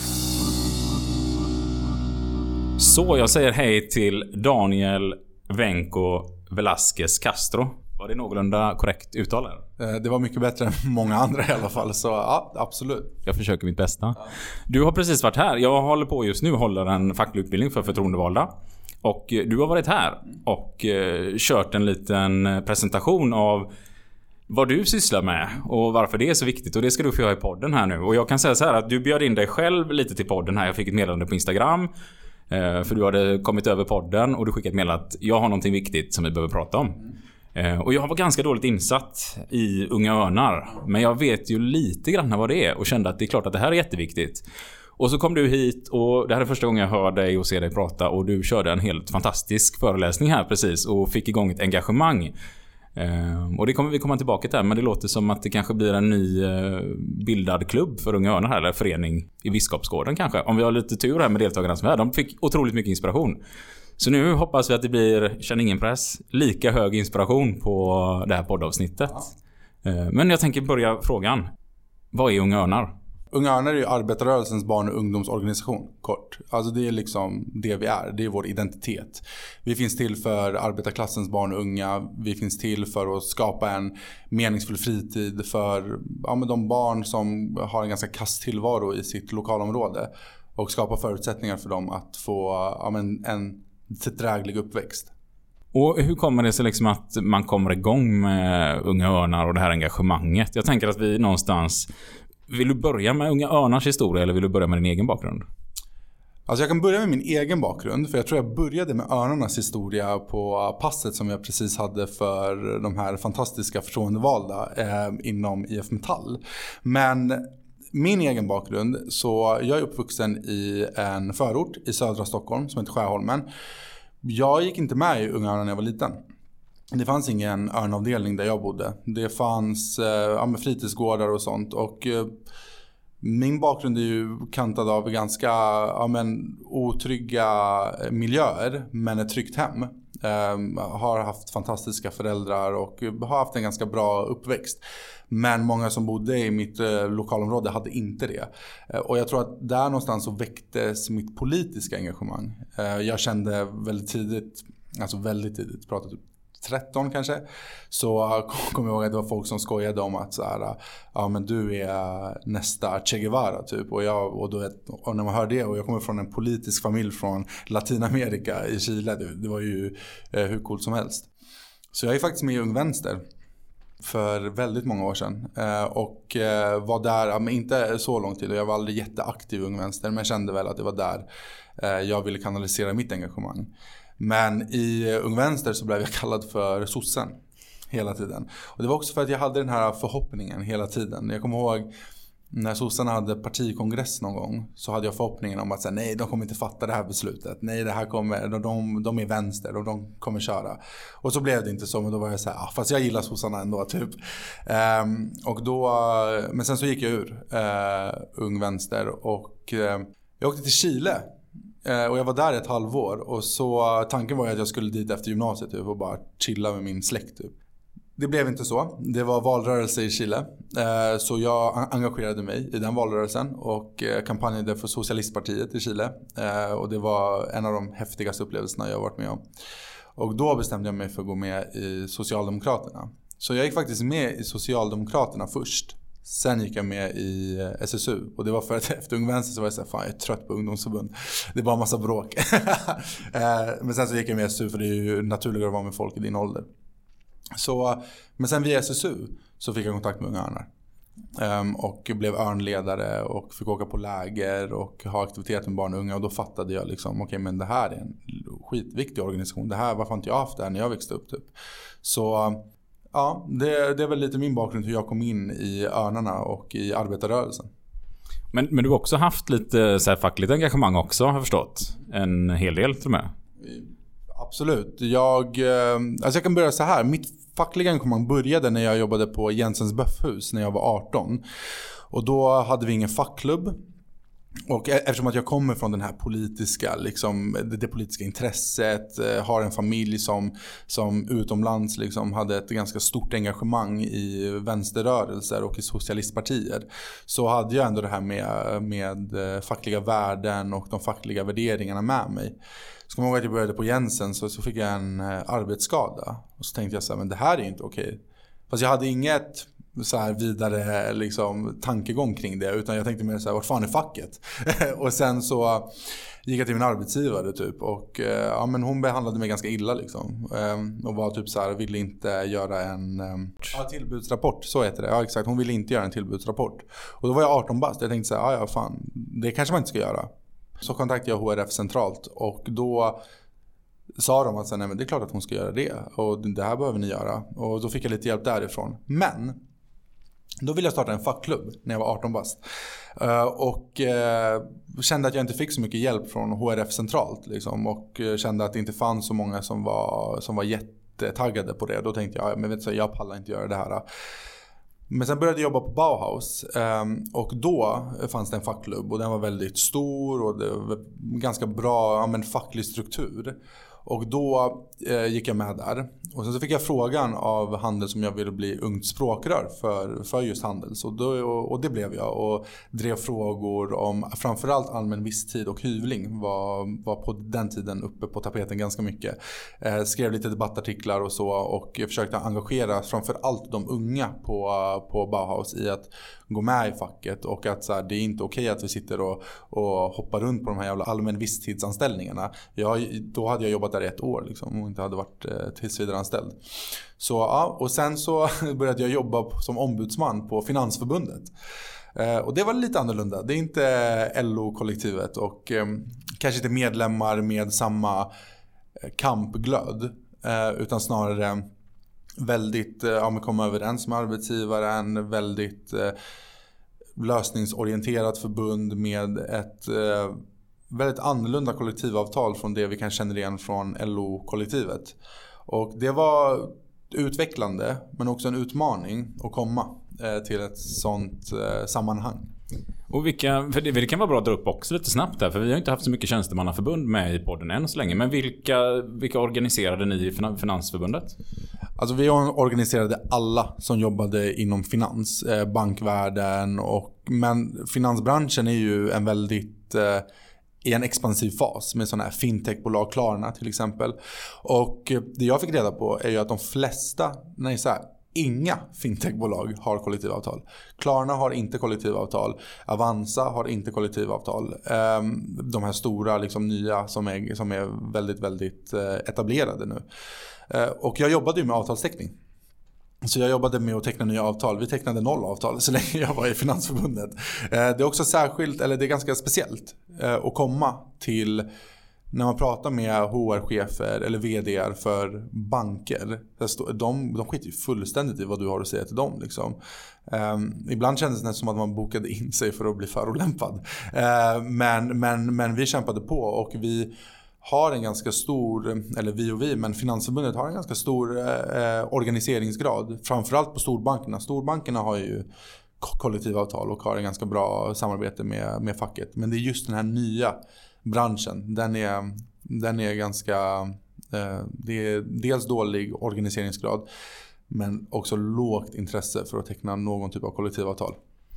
[SPEAKER 2] Så jag säger hej till Daniel Venko Velasquez Castro. Var det någorlunda korrekt uttal här?
[SPEAKER 3] Det var mycket bättre än många andra i alla fall, så ja, absolut.
[SPEAKER 2] Jag försöker mitt bästa.
[SPEAKER 3] Ja.
[SPEAKER 2] Du har precis varit här. Jag håller på just nu och håller en facklig utbildning för förtroendevalda. Och du har varit här och eh, kört en liten presentation av vad du sysslar med och varför det är så viktigt. Och det ska du få göra i podden här nu. Och jag kan säga så här att du bjöd in dig själv lite till podden här. Jag fick ett meddelande på Instagram. För du hade kommit över podden och du skickade ett meddelande att jag har någonting viktigt som vi behöver prata om. Och jag var ganska dåligt insatt i Unga Örnar, men jag vet ju lite grann vad det är och kände att det är klart att det här är jätteviktigt. Och så kom du hit och det här är första gången jag hör dig och ser dig prata och du körde en helt fantastisk föreläsning här precis och fick igång ett engagemang. Och det kommer vi komma tillbaka till, men det låter som att det kanske blir en ny bildad klubb för Unga Örnar här, eller förening i Biskopsgården kanske. Om vi har lite tur här med deltagarna som är här. De fick otroligt mycket inspiration. Så nu hoppas vi att det blir, känn ingen press, lika hög inspiration på det här poddavsnittet. Ja. Men jag tänker börja frågan. Vad är Unga Örnar?
[SPEAKER 3] Unga Örnar är ju arbetarrörelsens barn- och ungdomsorganisation, kort. Alltså det är liksom det vi är, det är vår identitet. Vi finns till för arbetarklassens barn och unga, vi finns till för att skapa en meningsfull fritid för ja, men de barn som har en ganska kass tillvaro i sitt lokalområde och skapa förutsättningar för dem att få ja, men en dräglig uppväxt.
[SPEAKER 2] Och hur kommer det sig liksom att man kommer igång med Unga Örnar och det här engagemanget? Jag tänker att vi någonstans... Vill du börja med Unga Örnars historia eller vill du börja med din egen bakgrund?
[SPEAKER 3] Alltså jag kan börja med min egen bakgrund, för jag tror jag började med Örnarnas historia på passet som jag precis hade för de här fantastiska förtroendevalda eh, inom I F Metall. Men min egen bakgrund, så jag är uppvuxen i en förort i södra Stockholm som heter Skärholmen. Jag gick inte med i Unga Örnar när jag var liten. Det fanns ingen örnavdelning där jag bodde. Det fanns eh, ja, med fritidsgårdar och sånt. Och eh, min bakgrund är ju kantad av ganska ja, men, otrygga miljöer, men ett tryggt hem. Eh, har haft fantastiska föräldrar och har haft en ganska bra uppväxt. Men många som bodde i mitt eh, lokalområde hade inte det. Eh, och jag tror att där någonstans så väcktes mitt politiska engagemang. Eh, jag kände väldigt tidigt, alltså väldigt tidigt, pratade typ tretton kanske, så kom jag ihåg att det var folk som skojade om att så här, ja men du är nästa Che Guevara typ, och jag och då och när man hör det, och jag kommer från en politisk familj från Latinamerika i Chile, det, det var ju eh, hur coolt som helst. Så jag är faktiskt med i Ung Vänster för väldigt många år sedan eh, och eh, var där, ja, men inte så lång tid, och jag var aldrig jätteaktiv i Ung Vänster, men jag kände väl att det var där eh, jag ville kanalisera mitt engagemang. Men i Ung Vänster så blev jag kallad för sossen hela tiden. Och det var också för att jag hade den här förhoppningen hela tiden. Jag kommer ihåg när sossarna hade partikongress någon gång, så hade jag förhoppningen om att säga, nej, de kommer inte fatta det här beslutet. Nej, det här kommer, de, de, de är vänster och de kommer köra. Och så blev det inte så, men då var jag så här, ah, fast jag gillar sossarna ändå typ. Um, och då, men sen så gick jag ur uh, Ung Vänster och uh, jag åkte till Chile. Och jag var där ett halvår, och så tanken var ju att jag skulle dit efter gymnasiet typ, och bara chilla med min släkt typ. Det blev inte så. Det var valrörelse i Chile, så jag engagerade mig i den valrörelsen och kampanjade för Socialistpartiet i Chile, och det var en av de häftigaste upplevelserna jag har varit med om. Och då bestämde jag mig för att gå med i Socialdemokraterna. Så jag gick faktiskt med i Socialdemokraterna först. Sen gick jag med i S S U, och det var för att efter Ung Vänster så var jag så här, fan jag är trött på ungdomsförbund. Det är bara en massa bråk. Men sen så gick jag med i S S U, för det är ju naturligare att vara med folk i din ålder. Så, men sen via S S U så fick jag kontakt med Unga Örnar. Um, och blev örnledare och fick åka på läger och ha aktivitet med barn och unga, och då fattade jag liksom, okej, okay, men det här är en skitviktig organisation. Det här, varför inte jag haft det här när jag växte upp typ. Så ja, det, det är väl lite min bakgrund hur jag kom in i Örnarna och i arbetarrörelsen.
[SPEAKER 2] Men, men du har också haft lite så här fackligt engagemang också, har jag förstått. En hel del till och med.
[SPEAKER 3] Absolut. Jag, alltså jag kan börja så här. Mitt fackliga engagemang började när jag jobbade på Jensens Böffhus när jag var arton. Och då hade vi ingen fackklubb. Och eftersom att jag kommer från den här politiska, liksom, det, det politiska intresset, eh, har en familj som, som utomlands liksom, hade ett ganska stort engagemang i vänsterrörelser och i socialistpartier, så hade jag ändå det här med, med fackliga värden och de fackliga värderingarna med mig. Så kommer jag ihåg att jag började på Jensen, så, så fick jag en arbetsskada. Och så tänkte jag så här, men det här är inte okej. Fast jag hade inget så här vidare liksom tankegång kring det, utan jag tänkte mer så här, vart fan är facket? Och sen så gick jag till min arbetsgivare typ, och ja, men hon behandlade mig ganska illa liksom, och var typ så här, ville inte göra en ja, tillbudsrapport, så heter det. Ja, exakt, hon ville inte göra en tillbudsrapport. Och då var jag arton bast. Jag tänkte så här, ja, ja fan, det kanske man inte ska göra. Så kontaktade jag H R F centralt, och då sa de att så, nej, men det är klart att hon ska göra det. Och det här behöver ni göra. Och då fick jag lite hjälp därifrån. Men då ville jag starta en fackklubb när jag var arton bast. Uh, och uh, kände att jag inte fick så mycket hjälp från H R F centralt. Liksom, och uh, kände att det inte fanns så många som var, som var jättetaggade på det. Då tänkte jag, men vet du, jag pallar inte göra det här. Men sen började jag jobba på Bauhaus um, och då fanns det en fackklubb och den var väldigt stor och det var ganska bra, ja, men facklig struktur. Och då eh, gick jag med där. Och sen så fick jag frågan av Handels om jag ville bli ungt språkrör för, för just Handels. Och, då, och, och det blev jag. Och drev frågor om framförallt allmän visstid och hyvling. Var, var på den tiden uppe på tapeten ganska mycket. Eh, skrev lite debattartiklar och så. Och försökte engagera framförallt de unga på, på Bauhaus i att gå med i facket. Och att så här, det är inte okej att vi sitter och, och hoppar runt på de här jävla allmän visstidsanställningarna. Jag, då hade jag jobbat där i ett år liksom, och inte hade varit eh, tillsvidareanställd. Så ja, och sen så började jag jobba som ombudsman på Finansförbundet. Eh, och det var lite annorlunda. Det är inte L O-kollektivet och eh, kanske inte medlemmar med samma kampglöd. Eh, utan snarare väldigt, eh, ja, man kommer överens med arbetsgivaren, väldigt eh, lösningsorienterat förbund med ett eh, väldigt annorlunda kollektivavtal från det vi kan känna igen från L O-kollektivet. Och det var utvecklande men också en utmaning att komma eh, till ett sånt eh, sammanhang.
[SPEAKER 2] Och vilka, för det, det kan vara bra att dra upp också lite snabbt där, för vi har inte haft så mycket tjänstemannaförbund med i podden än så länge. Men vilka, vilka organiserade ni i Finansförbundet?
[SPEAKER 3] Alltså vi organiserade alla som jobbade inom finans, eh, bankvärlden och, men finansbranschen är ju en väldigt eh, i en expansiv fas med sådana här fintechbolag, Klarna till exempel. Och det jag fick reda på är ju att de flesta, nej så här, inga fintechbolag har kollektivavtal. Klarna har inte kollektivavtal. Avanza har inte kollektivavtal. De här stora liksom nya som är, som är väldigt, väldigt etablerade nu. Och jag jobbade ju med avtalsteckning. Så jag jobbade med att teckna nya avtal. Vi tecknade noll avtal så länge jag var i Finansförbundet. Det är också särskilt, eller det är ganska speciellt att komma till när man pratar med H R-chefer eller vd:ar för banker. De, de skiter ju fullständigt i vad du har att säga till dem. Liksom. Um, ibland kändes det som att man bokade in sig för att bli förolämpad. Uh, men, men, men vi kämpade på och vi har en ganska stor, eller vi och vi, men Finansförbundet har en ganska stor eh, organiseringsgrad. Framförallt på storbankerna. Storbankerna har ju kollektivavtal och har en ganska bra samarbete med, med facket. Men det är just den här nya branschen. Den är, den är ganska, eh, det är dels dålig organiseringsgrad men också lågt intresse för att teckna någon typ av kollektivavtal.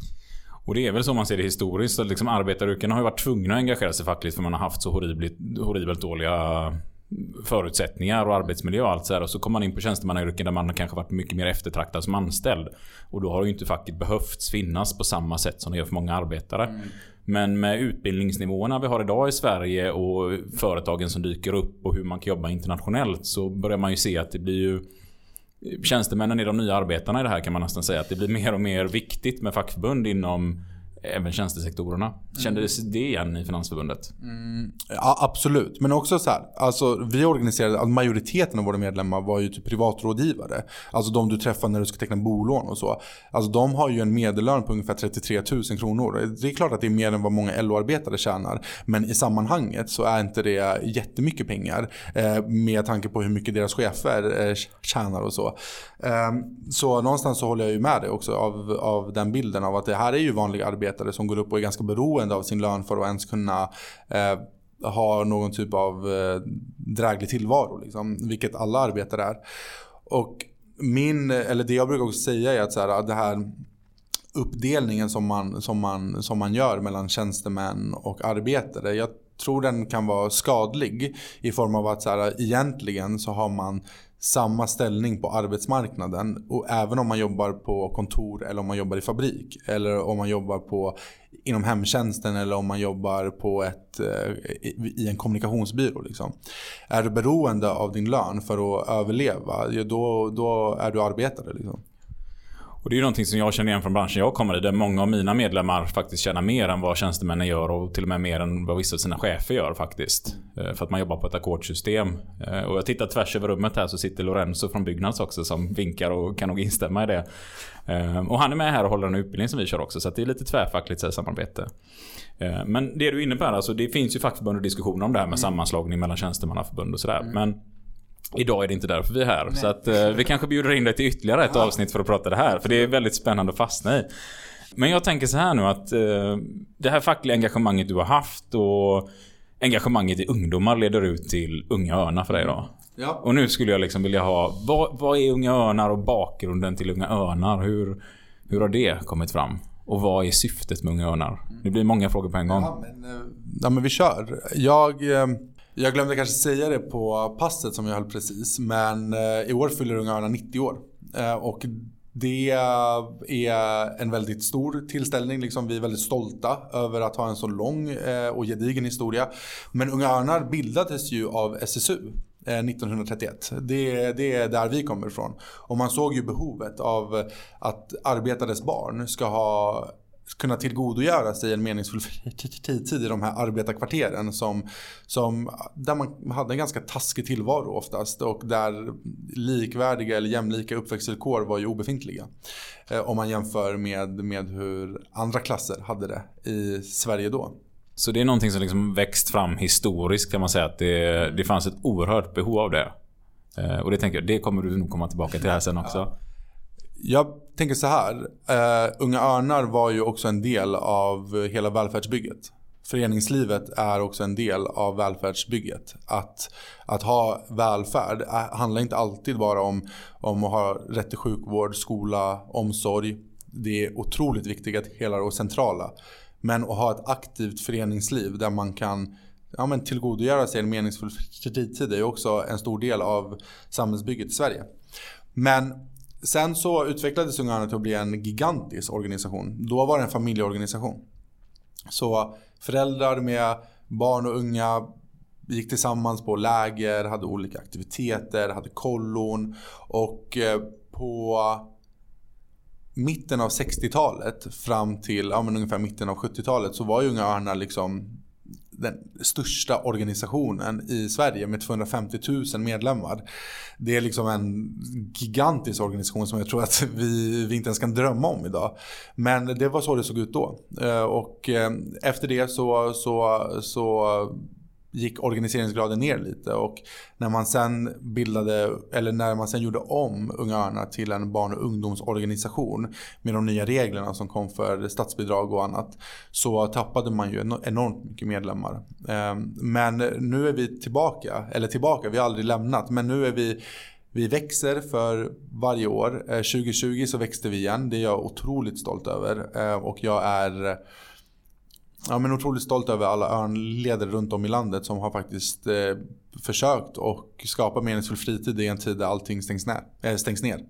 [SPEAKER 2] Och det är väl så man ser det historiskt. Så liksom arbetaryrkena har ju varit tvungna att engagera sig fackligt för man har haft så horribelt, horribelt dåliga förutsättningar och arbetsmiljö och allt så här. Och så kommer man in på tjänstemannayrken där man har kanske varit mycket mer eftertraktad som anställd. Och då har ju inte facket behövts finnas på samma sätt som det gör för många arbetare. Mm. Men med utbildningsnivåerna vi har idag i Sverige och företagen som dyker upp och hur man kan jobba internationellt så börjar man ju se att det blir ju tjänstemännen är de nya arbetarna i det här kan man nästan säga att det blir mer och mer viktigt med fackförbund inom även tjänstesektorerna. Kändes det igen i Finansförbundet?
[SPEAKER 3] Mm, ja, absolut. Men också så här, alltså vi organiserade, alltså majoriteten av våra medlemmar var ju typ privatrådgivare. Alltså de du träffar när du ska teckna bolån och så. Alltså de har ju en medellön på ungefär trettiotre tusen kronor. Det är klart att det är mer än vad många L O-arbetare tjänar. Men i sammanhanget så är inte det jättemycket pengar eh, med tanke på hur mycket deras chefer eh, tjänar och så. Eh, så någonstans så håller jag ju med dig också av, av den bilden av att det här är ju vanliga arbetare som går upp och är ganska beroende av sin lön för att ens kunna eh, ha någon typ av eh, dräglig tillvaro liksom, vilket alla arbetare är. Och min, eller det jag brukar också säga är att så här, att det här uppdelningen som man, som, man, som man gör mellan tjänstemän och arbetare, jag tror den kan vara skadlig i form av att så här, egentligen så har man samma ställning på arbetsmarknaden och även om man jobbar på kontor eller om man jobbar i fabrik eller om man jobbar på inom hemtjänsten eller om man jobbar på ett i en kommunikationsbyrå liksom. Är du beroende av din lön för att överleva, då, då är du arbetare liksom.
[SPEAKER 2] Och det är ju någonting som jag känner igen från branschen jag kommer i, där många av mina medlemmar faktiskt tjänar mer än vad tjänstemännen gör och till och med mer än vad vissa av sina chefer gör faktiskt. Mm. För att man jobbar på ett ackordssystem. Och jag tittar tvärs över rummet här så sitter Lorenzo från Byggnads också som vinkar och kan nog instämma i det. Och han är med här och håller en utbildning som vi kör också, så att det är lite tvärfackligt så här, samarbete. Men det du innebär, alltså det finns ju fackförbund och diskussioner om det här med mm. sammanslagning mellan tjänstemannaförbund och sådär. Mm. Men idag är det inte därför vi är här. Nej. Så att eh, vi kanske bjuder in dig till ytterligare ett ja. avsnitt för att prata det här. För det är väldigt spännande att fastna i. Men jag tänker så här nu att eh, det här fackliga engagemanget du har haft och engagemanget i ungdomar leder ut till Unga Örnar för dig då. Ja. Och nu skulle jag liksom vilja ha, vad, vad är Unga Örnar och bakgrunden till Unga Örnar? Hur, hur har det kommit fram? Och vad är syftet med Unga Örnar? Det blir många frågor på en gång.
[SPEAKER 3] Ja, men, ja, men vi kör. Jag... Eh... Jag glömde kanske säga det på passet som jag höll precis, men i år fyller Unga Örnar nittio år. Och det är en väldigt stor tillställning. Liksom vi är väldigt stolta över att ha en så lång och gedigen historia. Men Unga Örnar bildades ju av S S U nittonhundratrettioett. Det, det är där vi kommer ifrån. Och man såg ju behovet av att arbetares barn ska ha kunna tillgodogöra sig en meningsfull fritid i de här arbetarkvarteren som, som, där man hade en ganska taskig tillvaro oftast och där likvärdiga eller jämlika uppväxtvillkor var ju obefintliga. Eh, om man jämför med, med hur andra klasser hade det i Sverige då.
[SPEAKER 2] Så det är någonting som liksom växt fram historiskt kan man säga, att det, det fanns ett oerhört behov av det. Eh, och det tänker jag, det kommer du nog komma tillbaka till här sen också.
[SPEAKER 3] Ja. Jag tänker så här, uh, Unga Örnar var ju också en del av hela välfärdsbygget. Föreningslivet är också en del av välfärdsbygget. Att, att ha välfärd handlar inte alltid bara om, om att ha rätt till sjukvård, skola, omsorg. Det är otroligt viktiga delar och centrala. Men att ha ett aktivt föreningsliv där man kan ja, men tillgodogöra sig en meningsfull fritid är också en stor del av samhällsbygget i Sverige. Men sen så utvecklades Unga Örnar till att bli en gigantisk organisation. Då var det en familjeorganisation. Så föräldrar med barn och unga gick tillsammans på läger, hade olika aktiviteter, hade kollon. Och på mitten av sextiotalet fram till ja, men ungefär mitten av sjuttiotalet så var ju Unga Örnar liksom den största organisationen i Sverige med tvåhundrafemtio tusen medlemmar. Det är liksom en gigantisk organisation som jag tror att vi, vi inte ens kan drömma om idag. Men det var så det såg ut då. Och efter det så, så, så gick organiseringsgraden ner lite och när man sen bildade eller när man sen gjorde om Unga Örnar till en barn- och ungdomsorganisation med de nya reglerna som kom för statsbidrag och annat så tappade man ju enormt mycket medlemmar. Men nu är vi tillbaka, eller tillbaka, vi har aldrig lämnat, men nu är vi Vi växer för varje år. tjugo tjugo så växte vi igen, det är jag otroligt stolt över och jag är Ja, men otroligt stolt över alla örnledare runt om i landet som har faktiskt eh, försökt och skapa meningsfull fritid i en tid där allting stängs ner. Äh, stängs ner.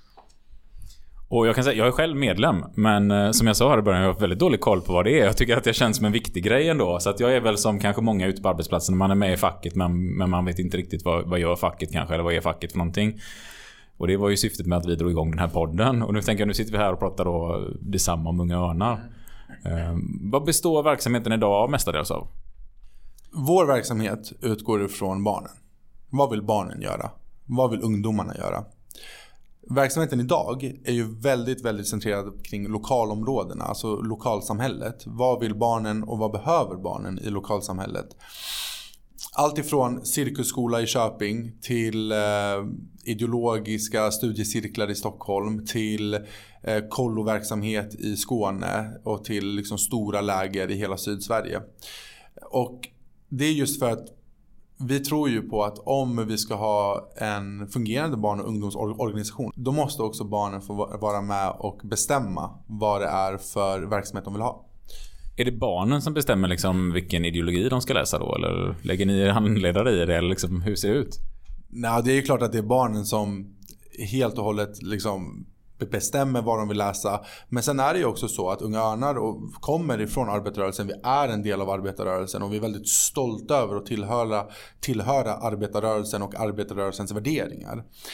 [SPEAKER 2] Och jag kan säga, jag är själv medlem, men eh, som jag sa här i början, jag har väldigt dålig koll på vad det är. Jag tycker att det känns som en viktig grej ändå. Så att jag är väl som kanske många ute på arbetsplatsen, man är med i facket men, men man vet inte riktigt vad, vad gör facket kanske, eller vad är facket för någonting. Och det var ju syftet med att vi drog igång den här podden. Och nu tänker jag, nu sitter vi här och pratar då detsamma om Unga Örnar. Eh, vad består verksamheten idag av mestadels av?
[SPEAKER 3] Vår verksamhet utgår ifrån barnen. Vad vill barnen göra? Vad vill ungdomarna göra? Verksamheten idag är ju väldigt, väldigt centrerad kring lokalområdena, alltså lokalsamhället. Vad vill barnen och vad behöver barnen i lokalsamhället? Allt ifrån cirkusskola i Köping till eh, ideologiska studiecirklar i Stockholm till eh, kolloverksamhet i Skåne och till liksom stora läger i hela Sydsverige. Och det är just för att vi tror ju på att om vi ska ha en fungerande barn- och ungdomsorganisation, då måste också barnen få vara med och bestämma vad det är för verksamhet de vill ha.
[SPEAKER 2] Är det barnen som bestämmer liksom vilken ideologi de ska läsa då? Eller lägger ni handledare i det? Eller liksom, hur ser det ut?
[SPEAKER 3] Nej, det är ju klart att det är barnen som helt och hållet liksom bestämmer vad de vill läsa. Men sen är det ju också så att Unga Örnar kommer ifrån arbetarrörelsen. Vi är en del av arbetarrörelsen och vi är väldigt stolta över att tillhöra, tillhöra arbetarrörelsen och arbetarrörelsens värderingar.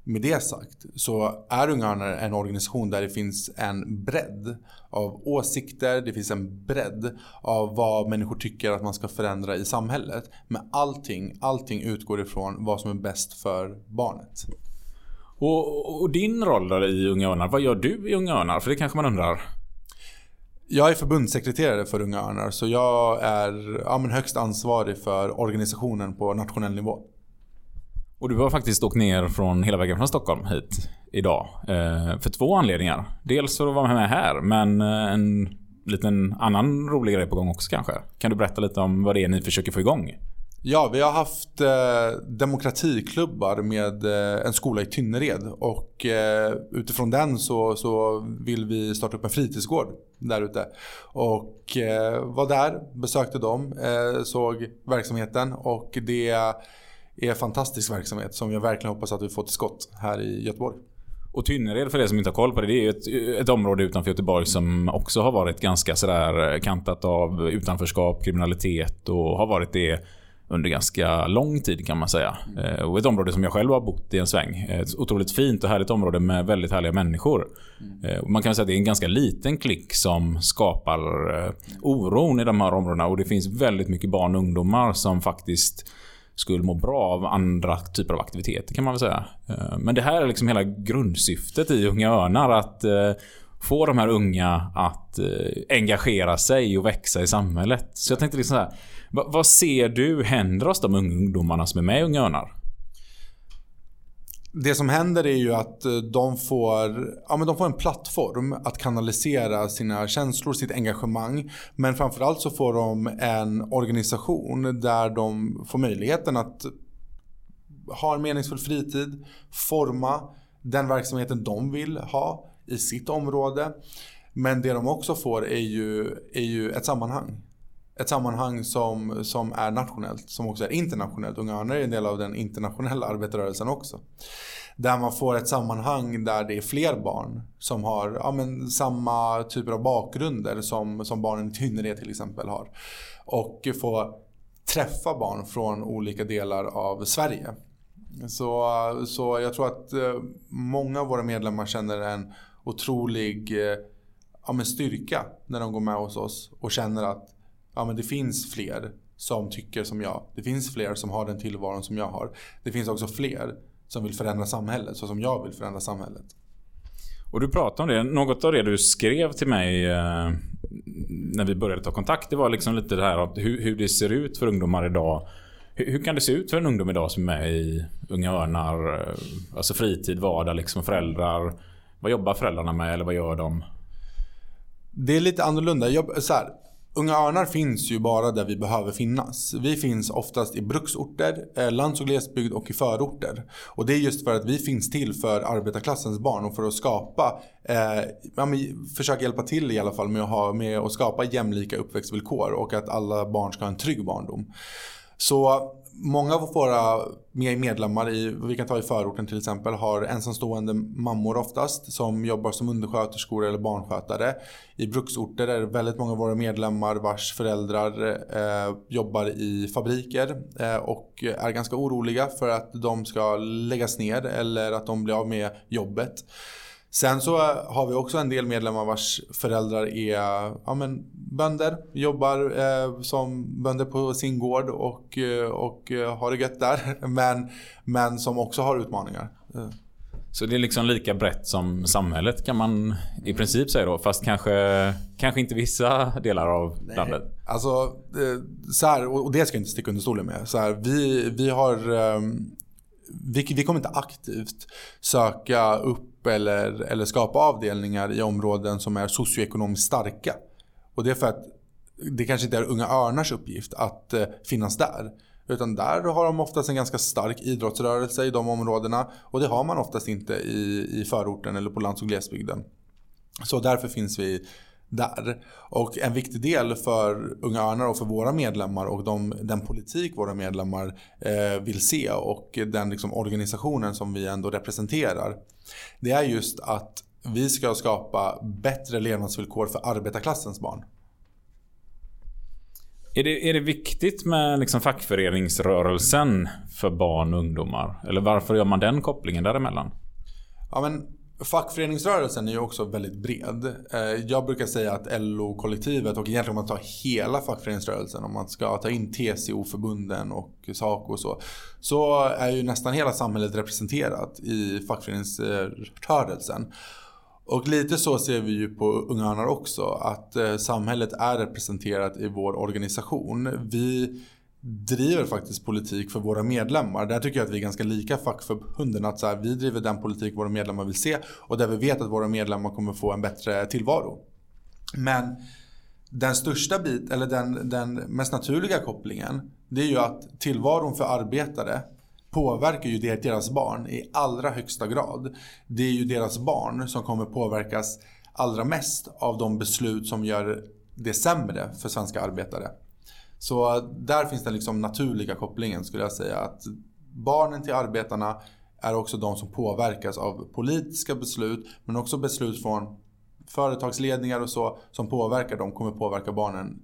[SPEAKER 3] Med det sagt så är Unga Örnar en organisation där det finns en bredd av åsikter, det finns en bredd av vad människor tycker att man ska förändra i samhället. Men allting, allting utgår ifrån vad som är bäst för barnet.
[SPEAKER 2] Och, och din roll då i Unga Örnar, vad gör du i Unga Örnar? För det kanske man undrar.
[SPEAKER 3] Jag är förbundssekreterare för Unga Örnar, så jag är ja, men högst ansvarig för organisationen på nationell nivå.
[SPEAKER 2] Och du har faktiskt åkt ner från hela vägen från Stockholm hit idag. Eh, för två anledningar. Dels för att vara med här, men en liten annan rolig grej på gång också kanske. Kan du berätta lite om vad det är ni försöker få igång?
[SPEAKER 3] Ja, vi har haft eh, demokratiklubbar med eh, en skola i Tynnered. Och eh, utifrån den så, så vill vi starta upp en fritidsgård där ute. Och eh, var där, besökte dem, eh, såg verksamheten och det är fantastisk verksamhet som jag verkligen hoppas att vi får till skott här i Göteborg.
[SPEAKER 2] Och Tynnered, för det som inte har koll på det, det är ju ett, ett område utanför Göteborg som också har varit ganska sådär kantat av utanförskap, kriminalitet och har varit det under ganska lång tid kan man säga. Mm. Och ett område som jag själv har bott i en sväng. Ett otroligt fint och härligt område med väldigt härliga människor. Mm. Och man kan säga att det är en ganska liten klick som skapar oron i de här områdena. Och det finns väldigt mycket barn och ungdomar som faktiskt skulle må bra av andra typer av aktiviteter kan man väl säga. Men det här är liksom hela grundsyftet i Unga Örnar, att få de här unga att engagera sig och växa i samhället. Så jag tänkte liksom så här, vad ser du händer hos de ungdomarna som är med i Unga Örnar?
[SPEAKER 3] Det som händer är ju att de får, ja, men de får en plattform att kanalisera sina känslor, sitt engagemang. Men framförallt så får de en organisation där de får möjligheten att ha en meningsfull fritid, forma den verksamheten de vill ha i sitt område. Men det de också får är ju, är ju ett sammanhang. Ett sammanhang som, som är nationellt, som också är internationellt. Unga Örnar är en del av den internationella arbetarrörelsen också. Där man får ett sammanhang där det är fler barn som har ja, men, samma typer av bakgrunder som, som barnen i Tynnered till exempel har. Och få träffa barn från olika delar av Sverige. Så, så jag tror att många av våra medlemmar känner en otrolig ja, men styrka när de går med hos oss och känner att ja, men det finns fler som tycker som jag. Det finns fler som har den tillvaron som jag har. Det finns också fler som vill förändra samhället så som jag vill förändra samhället.
[SPEAKER 2] Och du pratade om det. Något av det du skrev till mig eh, när vi började ta kontakt, det var liksom lite det här hur, hur det ser ut för ungdomar idag. Hur, hur kan det se ut för en ungdom idag som är i Unga Örnar? Eh, alltså fritid, vardag, liksom föräldrar. Vad jobbar föräldrarna med eller vad gör de? Det
[SPEAKER 3] är lite annorlunda. Jag, så här, Unga Örnar finns ju bara där vi behöver finnas. Vi finns oftast i bruksorter, lands- och glesbygd och i förorter. Och det är just för att vi finns till för arbetarklassens barn och för att skapa, eh, ja, men försöka hjälpa till i alla fall med att, ha, med att skapa jämlika uppväxtvillkor och att alla barn ska ha en trygg barndom. Så många av våra medlemmar, i, vi kan ta i förorten till exempel, har ensamstående mammor oftast som jobbar som undersköterskor eller barnskötare. I bruksorter är det väldigt många av våra medlemmar vars föräldrar eh, jobbar i fabriker eh, och är ganska oroliga för att de ska läggas ner eller att de blir av med jobbet. Sen så har vi också en del medlemmar vars föräldrar är ja, men, bönder, jobbar eh, som bönder på sin gård och, och har det gött där, men, men som också har utmaningar.
[SPEAKER 2] Så det är liksom lika brett som samhället kan man i princip säga då, fast kanske, kanske inte vissa delar av Nej. landet.
[SPEAKER 3] Alltså, så här, och det ska jag inte sticka under stolen med. Så här, vi, vi har... Vi, vi kommer inte aktivt söka upp eller, eller skapa avdelningar i områden som är socioekonomiskt starka. Och det är för att det kanske inte är Unga Örnars uppgift att eh, finnas där. Utan där har de oftast en ganska stark idrottsrörelse i de områdena. Och det har man oftast inte i, i förorten eller på lands- och glesbygden. Så därför finns vi där. Och en viktig del för Unga Örnar och för våra medlemmar och de, den politik våra medlemmar eh, vill se och den liksom, organisationen som vi ändå representerar, det är just att vi ska skapa bättre levnadsvillkor för arbetarklassens barn.
[SPEAKER 2] Är det, är det viktigt med liksom fackföreningsrörelsen för barn och ungdomar? Eller varför gör man den kopplingen däremellan?
[SPEAKER 3] Ja, men fackföreningsrörelsen är ju också väldigt bred. Jag brukar säga att L O-kollektivet, och egentligen om man tar hela fackföreningsrörelsen, om man ska ta in T C O-förbunden och SACO och så, så är ju nästan hela samhället representerat i fackföreningsrörelsen. Och lite så ser vi ju på Unga Örnar också, att samhället är representerat i vår organisation. Vi driver faktiskt politik för våra medlemmar. Där tycker jag att vi är ganska lika fackförbunden, att så här, vi driver den politik våra medlemmar vill se och där vi vet att våra medlemmar kommer få en bättre tillvaro. Men den största bit, eller den, den mest naturliga kopplingen, det är ju att tillvaron för arbetare påverkar ju deras barn i allra högsta grad. Det är ju deras barn som kommer påverkas allra mest av de beslut som gör det sämre för svenska arbetare. Så där finns den liksom naturliga kopplingen, skulle jag säga, att barnen till arbetarna är också de som påverkas av politiska beslut, men också beslut från företagsledningar och så som påverkar dem kommer påverka barnen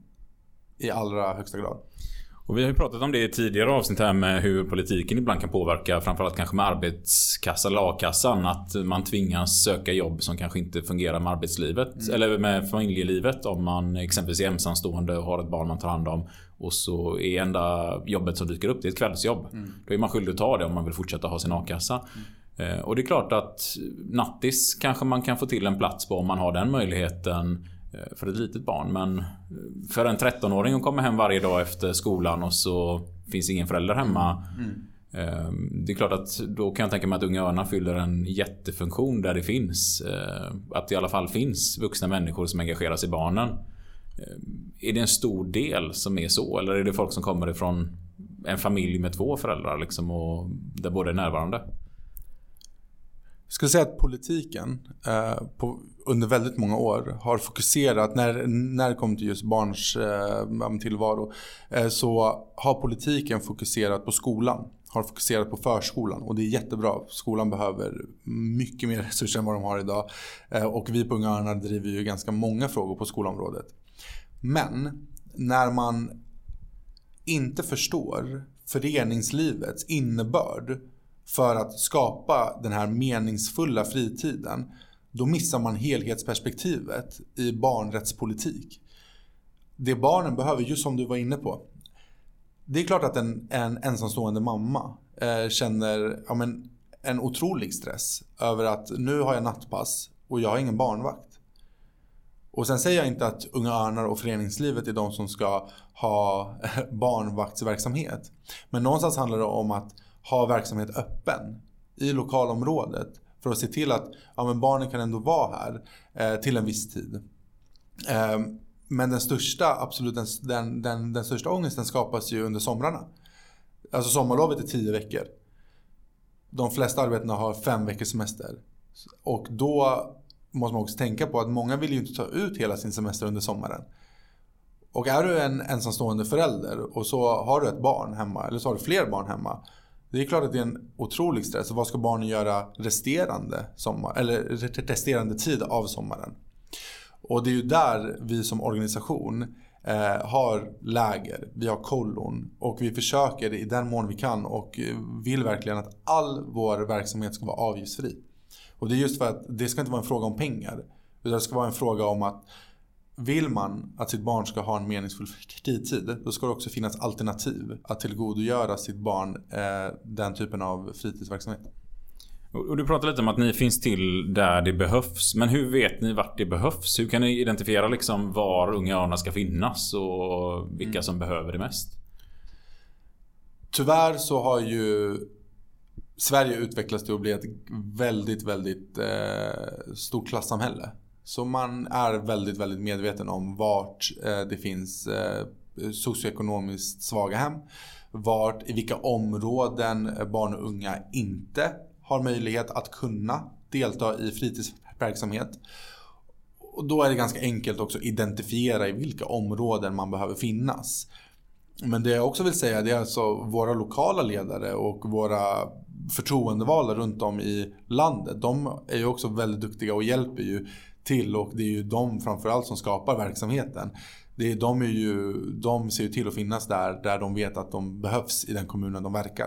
[SPEAKER 3] i allra högsta grad.
[SPEAKER 2] Och vi har ju pratat om det i tidigare avsnitt här med hur politiken ibland kan påverka, framförallt kanske med arbetskassa eller a-kassan, att man tvingas söka jobb som kanske inte fungerar med arbetslivet mm. eller med familjelivet, om man exempelvis är ensamstående och har ett barn man tar hand om och så är enda jobbet som dyker upp det är ett kvällsjobb. Mm. Då är man skyldig att ta det om man vill fortsätta ha sin a-kassa. Mm. Och det är klart att nattis kanske man kan få till en plats på om man har den möjligheten för ett litet barn, men för en trettonåring som kommer hem varje dag efter skolan och så finns ingen förälder hemma. Mm. Det är klart att då kan jag tänka mig att Unga Örnar fyller en jättefunktion där det finns, att det i alla fall finns vuxna människor som engagerar sig i barnen. Är det en stor del som är så, eller är det folk som kommer ifrån en familj med två föräldrar liksom, och där båda är närvarande?
[SPEAKER 3] Jag skulle säga att politiken eh, på, under väldigt många år har fokuserat, när, när det kommer till just barns eh, tillvaro, eh, så har politiken fokuserat på skolan, har fokuserat på förskolan, och det är jättebra. Skolan behöver mycket mer resurser än vad de har idag, eh, och vi på Unga Örnar driver ju ganska många frågor på skolområdet. Men när man inte förstår föreningslivets innebörd för att skapa den här meningsfulla fritiden, då missar man helhetsperspektivet i barnrättspolitik. Det barnen behöver, just som du var inne på. Det är klart att en, en ensamstående mamma eh, känner ja, men, en otrolig stress över att nu har jag nattpass och jag har ingen barnvakt. Och sen säger jag inte att Unga Örnar och föreningslivet är de som ska ha barnvaktsverksamhet. Men någonstans handlar det om att ha verksamhet öppen i lokalområdet för att se till att ja, men barnen kan ändå vara här eh, till en viss tid. Eh, men den största, absolut den, den, den, den största ångesten skapas ju under somrarna. Alltså sommarlovet är tio veckor. De flesta arbetarna har fem veckors semester. Och då måste man också tänka på att många vill ju inte ta ut hela sin semester under sommaren. Och är du en ensamstående förälder och så har du ett barn hemma, eller så har du fler barn hemma, det är klart att det är en otrolig stress. Vad ska barnen göra resterande, sommar, eller resterande tid av sommaren? Och det är ju där vi som organisation eh, har läger, vi har kollon, och vi försöker i den mån vi kan och vill verkligen att all vår verksamhet ska vara avgiftsfri. Och det är just för att det ska inte vara en fråga om pengar, utan det ska vara en fråga om att vill man att sitt barn ska ha en meningsfull fritid, då ska det också finnas alternativ att tillgodogöra sitt barn eh, den typen av fritidsverksamhet.
[SPEAKER 2] Och du pratar lite om att ni finns till där det behövs. Men hur vet ni vart det behövs? Hur kan ni identifiera liksom var Unga Örnar ska finnas och vilka mm. som behöver det mest?
[SPEAKER 3] Tyvärr så har ju Sverige utvecklats till att bli ett väldigt, väldigt eh, stort klassamhälle. Så man är väldigt, väldigt medveten om vart eh, det finns eh, socioekonomiskt svaga hem. Vart, i vilka områden barn och unga inte har möjlighet att kunna delta i fritidsverksamhet. Och då är det ganska enkelt också att identifiera i vilka områden man behöver finnas. Men det jag också vill säga, det är alltså våra lokala ledare och våra förtroendevalda runt om i landet. De är ju också väldigt duktiga och hjälper ju till, och det är ju de framförallt som skapar verksamheten. Det är, de, är ju, de ser ju till att finnas där, där de vet att de behövs i den kommunen de verkar.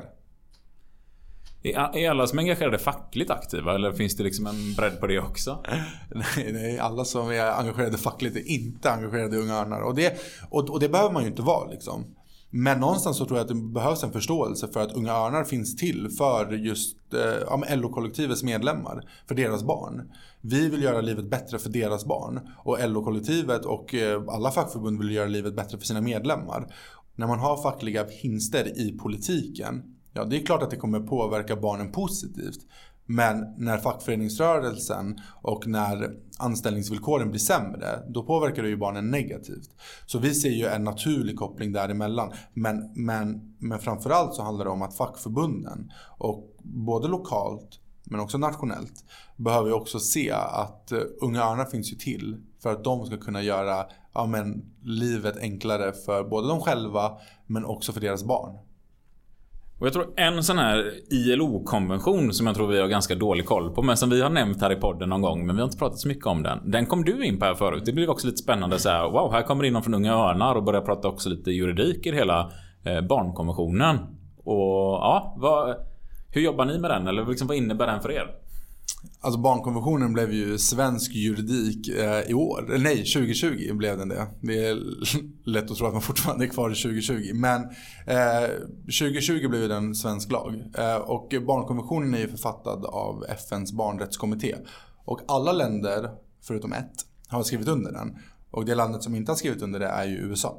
[SPEAKER 2] Är alla som är engagerade fackligt aktiva, eller finns det liksom en bredd på det också?
[SPEAKER 3] Nej, nej, alla som är engagerade fackligt är inte engagerade i Unga Örnar. Och det, och, och det behöver man ju inte vara liksom. Men någonstans så tror jag att det behövs en förståelse för att Unga Örnar finns till för just eh, L O-kollektivets medlemmar, för deras barn. Vi vill göra livet bättre för deras barn, och L O-kollektivet och eh, alla fackförbund vill göra livet bättre för sina medlemmar. När man har fackliga hinster i politiken, ja, det är klart att det kommer påverka barnen positivt. Men när fackföreningsrörelsen och när anställningsvillkoren blir sämre, då påverkar det ju barnen negativt. Så vi ser ju en naturlig koppling däremellan. Men, men, men framförallt så handlar det om att fackförbunden, och både lokalt men också nationellt, behöver ju också se att Unga Örnar finns ju till för att de ska kunna göra ja, men, livet enklare för både de själva men också för deras barn.
[SPEAKER 2] Och jag tror en sån här I L O-konvention som jag tror vi har ganska dålig koll på, men som vi har nämnt här i podden någon gång, men vi har inte pratat så mycket om den. Den kom du in på här förut. Det blev också lite spännande så här, wow, här kommer det in någon från Unga Örnar och börjar prata också lite juridik i hela eh, barnkonventionen. Och ja, vad, hur jobbar ni med den? Eller liksom, vad innebär den för er?
[SPEAKER 3] Alltså barnkonventionen blev ju svensk juridik eh, i år. Nej, tjugo tjugo blev den det. Det är lätt att tro att man fortfarande är kvar i tjugo tjugo. Men eh, tjugo tjugo blev den svensk lag. Eh, och barnkonventionen är ju författad av F N:s barnrättskommitté. Och alla länder, förutom ett, har skrivit under den. Och det landet som inte har skrivit under det är ju U S A.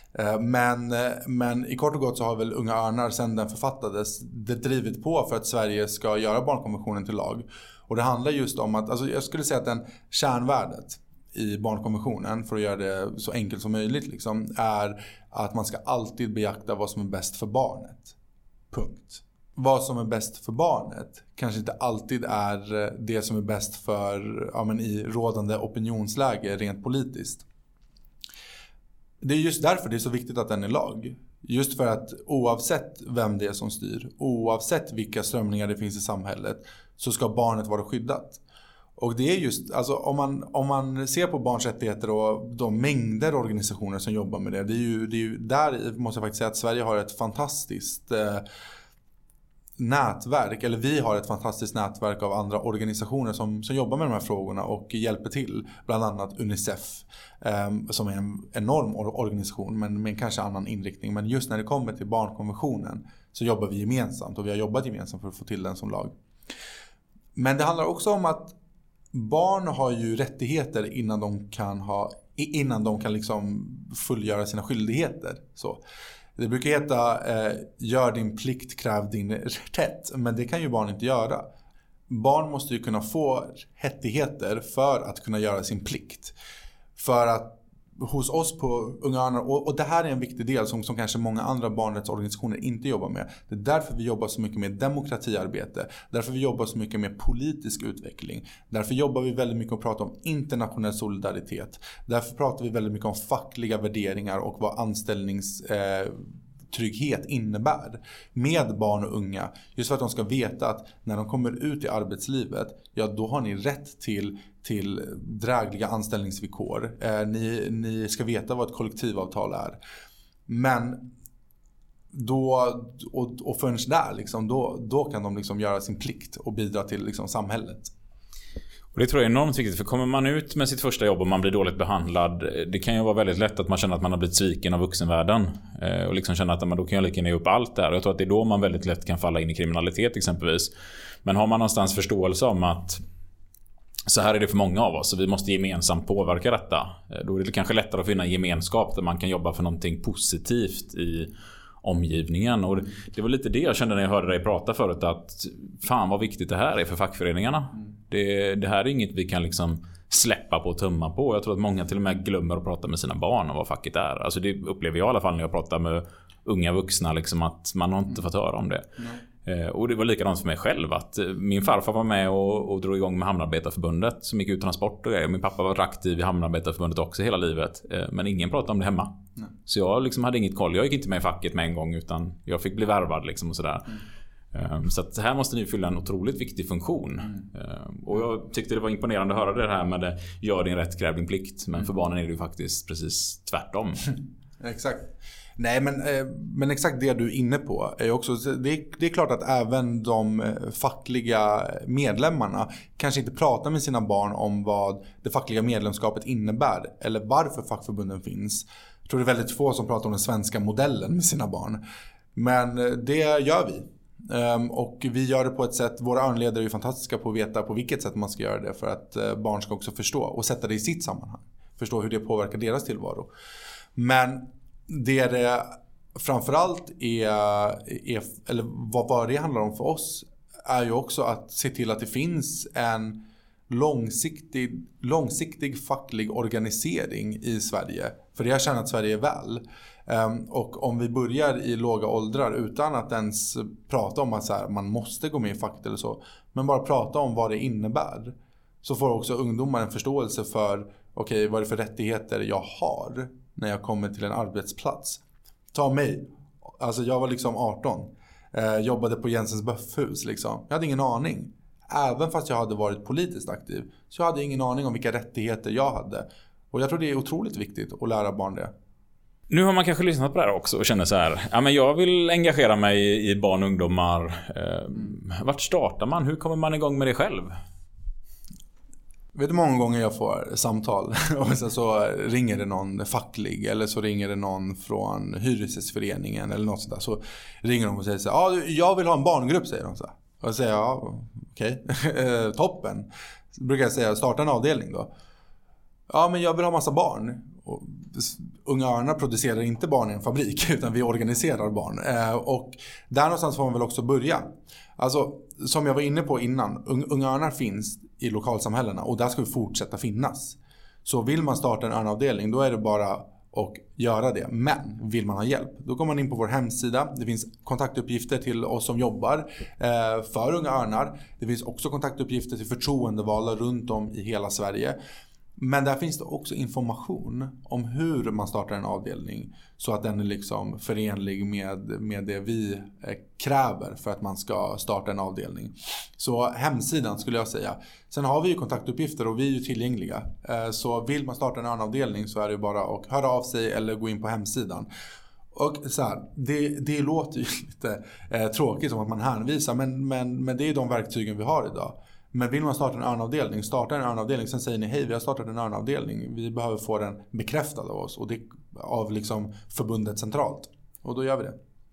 [SPEAKER 3] Men, men i kort och gott så har väl Unga Örnar sedan den författades det drivit på för att Sverige ska göra barnkonventionen till lag. Och det handlar just om att, alltså jag skulle säga att den kärnvärdet i barnkonventionen, för att göra det så enkelt som möjligt liksom, är att man ska alltid beakta vad som är bäst för barnet. Punkt. Vad som är bäst för barnet kanske inte alltid är det som är bäst för, ja, men i rådande opinionsläge rent politiskt. Det är just därför det är så viktigt att den är lag. Just för att oavsett vem det är som styr, oavsett vilka strömningar det finns i samhället, så ska barnet vara skyddat. Och det är just, alltså om man, om man ser på barns rättigheter och de mängder organisationer som jobbar med det, det är ju, det är ju där måste jag faktiskt säga att Sverige har ett fantastiskt eh, nätverk, eller vi har ett fantastiskt nätverk av andra organisationer som, som jobbar med de här frågorna och hjälper till. Bland annat Unicef eh, som är en enorm organisation men med kanske annan inriktning. Men just när det kommer till barnkonventionen så jobbar vi gemensamt, och vi har jobbat gemensamt för att få till den som lag. Men det handlar också om att barn har ju rättigheter innan de kan, ha, innan de kan liksom fullgöra sina skyldigheter. Så. Det brukar heta eh, gör din plikt, kräv din rätt. Men det kan ju barn inte göra. Barn måste ju kunna få rättigheter för att kunna göra sin plikt. För att hos oss på Unga Örnar, och, och det här är en viktig del som, som kanske många andra barnrättsorganisationer inte jobbar med. Det är därför vi jobbar så mycket med demokratiarbete. Därför vi jobbar så mycket med politisk utveckling. Därför jobbar vi väldigt mycket och pratar om internationell solidaritet. Därför pratar vi väldigt mycket om fackliga värderingar och vad anställnings... Eh, trygghet innebär med barn och unga, just för att de ska veta att när de kommer ut i arbetslivet, ja då har ni rätt till, till drägliga anställningsvillkor. Eh, ni, ni ska veta vad ett kollektivavtal är. Men då, och, och förrän där liksom, då, då kan de liksom göra sin plikt och bidra till liksom samhället.
[SPEAKER 2] Och det tror jag är enormt viktigt, för kommer man ut med sitt första jobb och man blir dåligt behandlad, det kan ju vara väldigt lätt att man känner att man har blivit sviken av vuxenvärlden och liksom känner att man då kan jag lika gärna ge upp allt där. Och jag tror att det är då man väldigt lätt kan falla in i kriminalitet exempelvis. Men har man någonstans förståelse om att så här är det för många av oss och vi måste gemensamt påverka detta, då är det kanske lättare att finna en gemenskap där man kan jobba för någonting positivt i omgivningen. Och det var lite det jag kände när jag hörde dig prata förut, att fan vad viktigt det här är för fackföreningarna. Mm. Det, det här är inget vi kan liksom släppa på och tumma på. Jag tror att många till och med glömmer att prata med sina barn om vad facket är. Alltså det upplever jag i alla fall när jag pratar med unga vuxna, liksom att man har inte fått höra om det. Mm. Eh, och det var likadant för mig själv, att min farfar var med och, och drog igång med Hamnarbetarförbundet som gick ut transport och grejer. Min pappa var aktiv i Hamnarbetarförbundet också hela livet, eh, men ingen pratade om det hemma. Mm. Så jag liksom hade inget koll. Jag gick inte med i facket med en gång, utan jag fick bli värvad liksom och sådär. Mm. Så att här måste ni fylla en otroligt viktig funktion. Mm. Och jag tyckte det var imponerande att höra det här med det, gör din rätt, kräv din plikt. Men för barnen är det ju faktiskt precis tvärtom.
[SPEAKER 3] Exakt. Nej, men, men exakt det du är inne på är också, det är, det är klart att även de fackliga medlemmarna kanske inte pratar med sina barn om vad det fackliga medlemskapet innebär eller varför fackförbunden finns. Jag tror det är väldigt få som pratar om den svenska modellen med sina barn. Men det gör vi. Och vi gör det på ett sätt, våra örnledare är ju fantastiska på att veta på vilket sätt man ska göra det för att barn ska också förstå och sätta det i sitt sammanhang. Förstå hur det påverkar deras tillvaro. Men det det framförallt är, är eller vad, vad det handlar om för oss är ju också att se till att det finns en långsiktig, långsiktig facklig organisering i Sverige. För det har tjänat Sverige väl. Och om vi börjar i låga åldrar utan att ens prata om att så här, man måste gå med i facket eller så, men bara prata om vad det innebär, så får också ungdomar en förståelse för okej, okay, vad är det för rättigheter jag har när jag kommer till en arbetsplats. Ta mig. Alltså jag var liksom arton. Eh, jobbade på Jensens Böffhus liksom. Jag hade ingen aning. Även fast jag hade varit politiskt aktiv. Så jag hade ingen aning om vilka rättigheter jag hade. Och jag tror det är otroligt viktigt att lära barn det.
[SPEAKER 2] Nu har man kanske lyssnat på det här också och känner så här, ja men jag vill engagera mig i barn och ungdomar. Eh, vart startar man? Hur kommer man igång med det själv?
[SPEAKER 3] Vet du många gånger jag får samtal och sen så ringer det någon facklig eller så ringer det någon från hyresgästföreningen eller något sånt där. Så ringer de och säger så här, ja jag vill ha en barngrupp, säger de så här. Och jag säger, ja okej, okay. Toppen. Så brukar jag säga, starta en avdelning då. Ja men jag vill ha massa barn. Och Unga Örnar producerar inte barn i en fabrik utan vi organiserar barn. Och där någonstans får man väl också börja. Alltså som jag var inne på innan, Unga Örnar finns i lokalsamhällena och där ska vi fortsätta finnas. Så vill man starta en örnavdelning då är det bara att göra det. Men vill man ha hjälp då går man in på vår hemsida. Det finns kontaktuppgifter till oss som jobbar för Unga Örnar. Det finns också kontaktuppgifter till förtroendevalda runt om i hela Sverige. Men där finns det också information om hur man startar en avdelning så att den är liksom förenlig med, med det vi kräver för att man ska starta en avdelning. Så hemsidan skulle jag säga. Sen har vi ju kontaktuppgifter och vi är ju tillgängliga. Så vill man starta en avdelning så är det bara att höra av sig eller gå in på hemsidan. Och så här, det, det låter ju lite eh, tråkigt som att man hänvisar men, men, men det är de verktygen vi har idag. Men vill man starta en örnavdelning, starta en örnavdelning, sen säger ni hej, vi har startat en örnavdelning. Vi behöver få den bekräftad av oss och det av liksom förbundet centralt. Och då gör vi det.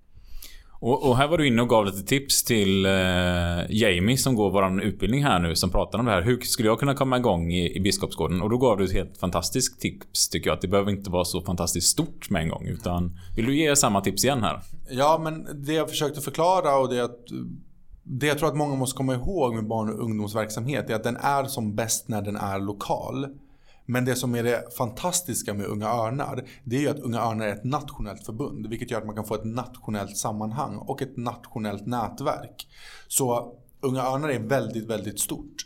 [SPEAKER 2] Och, och här var du inne och gav lite tips till eh, Jamie som går vår utbildning här nu som pratar om det här. Hur skulle jag kunna komma igång i, i Biskopsgården? Och då gav du ett helt fantastiskt tips tycker jag. Att det behöver inte vara så fantastiskt stort med en gång. Utan vill du ge samma tips igen här?
[SPEAKER 3] Ja, men det jag försökte förklara och det är att det jag tror att många måste komma ihåg med barn- och ungdomsverksamhet är att den är som bäst när den är lokal. Men det som är det fantastiska med Unga Örnar, det är ju att Unga Örnar är ett nationellt förbund. Vilket gör att man kan få ett nationellt sammanhang och ett nationellt nätverk. Så Unga Örnar är väldigt, väldigt stort.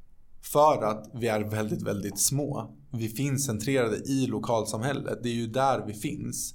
[SPEAKER 3] För att vi är väldigt, väldigt små. Vi finns centrerade i lokalsamhället. Det är ju där vi finns.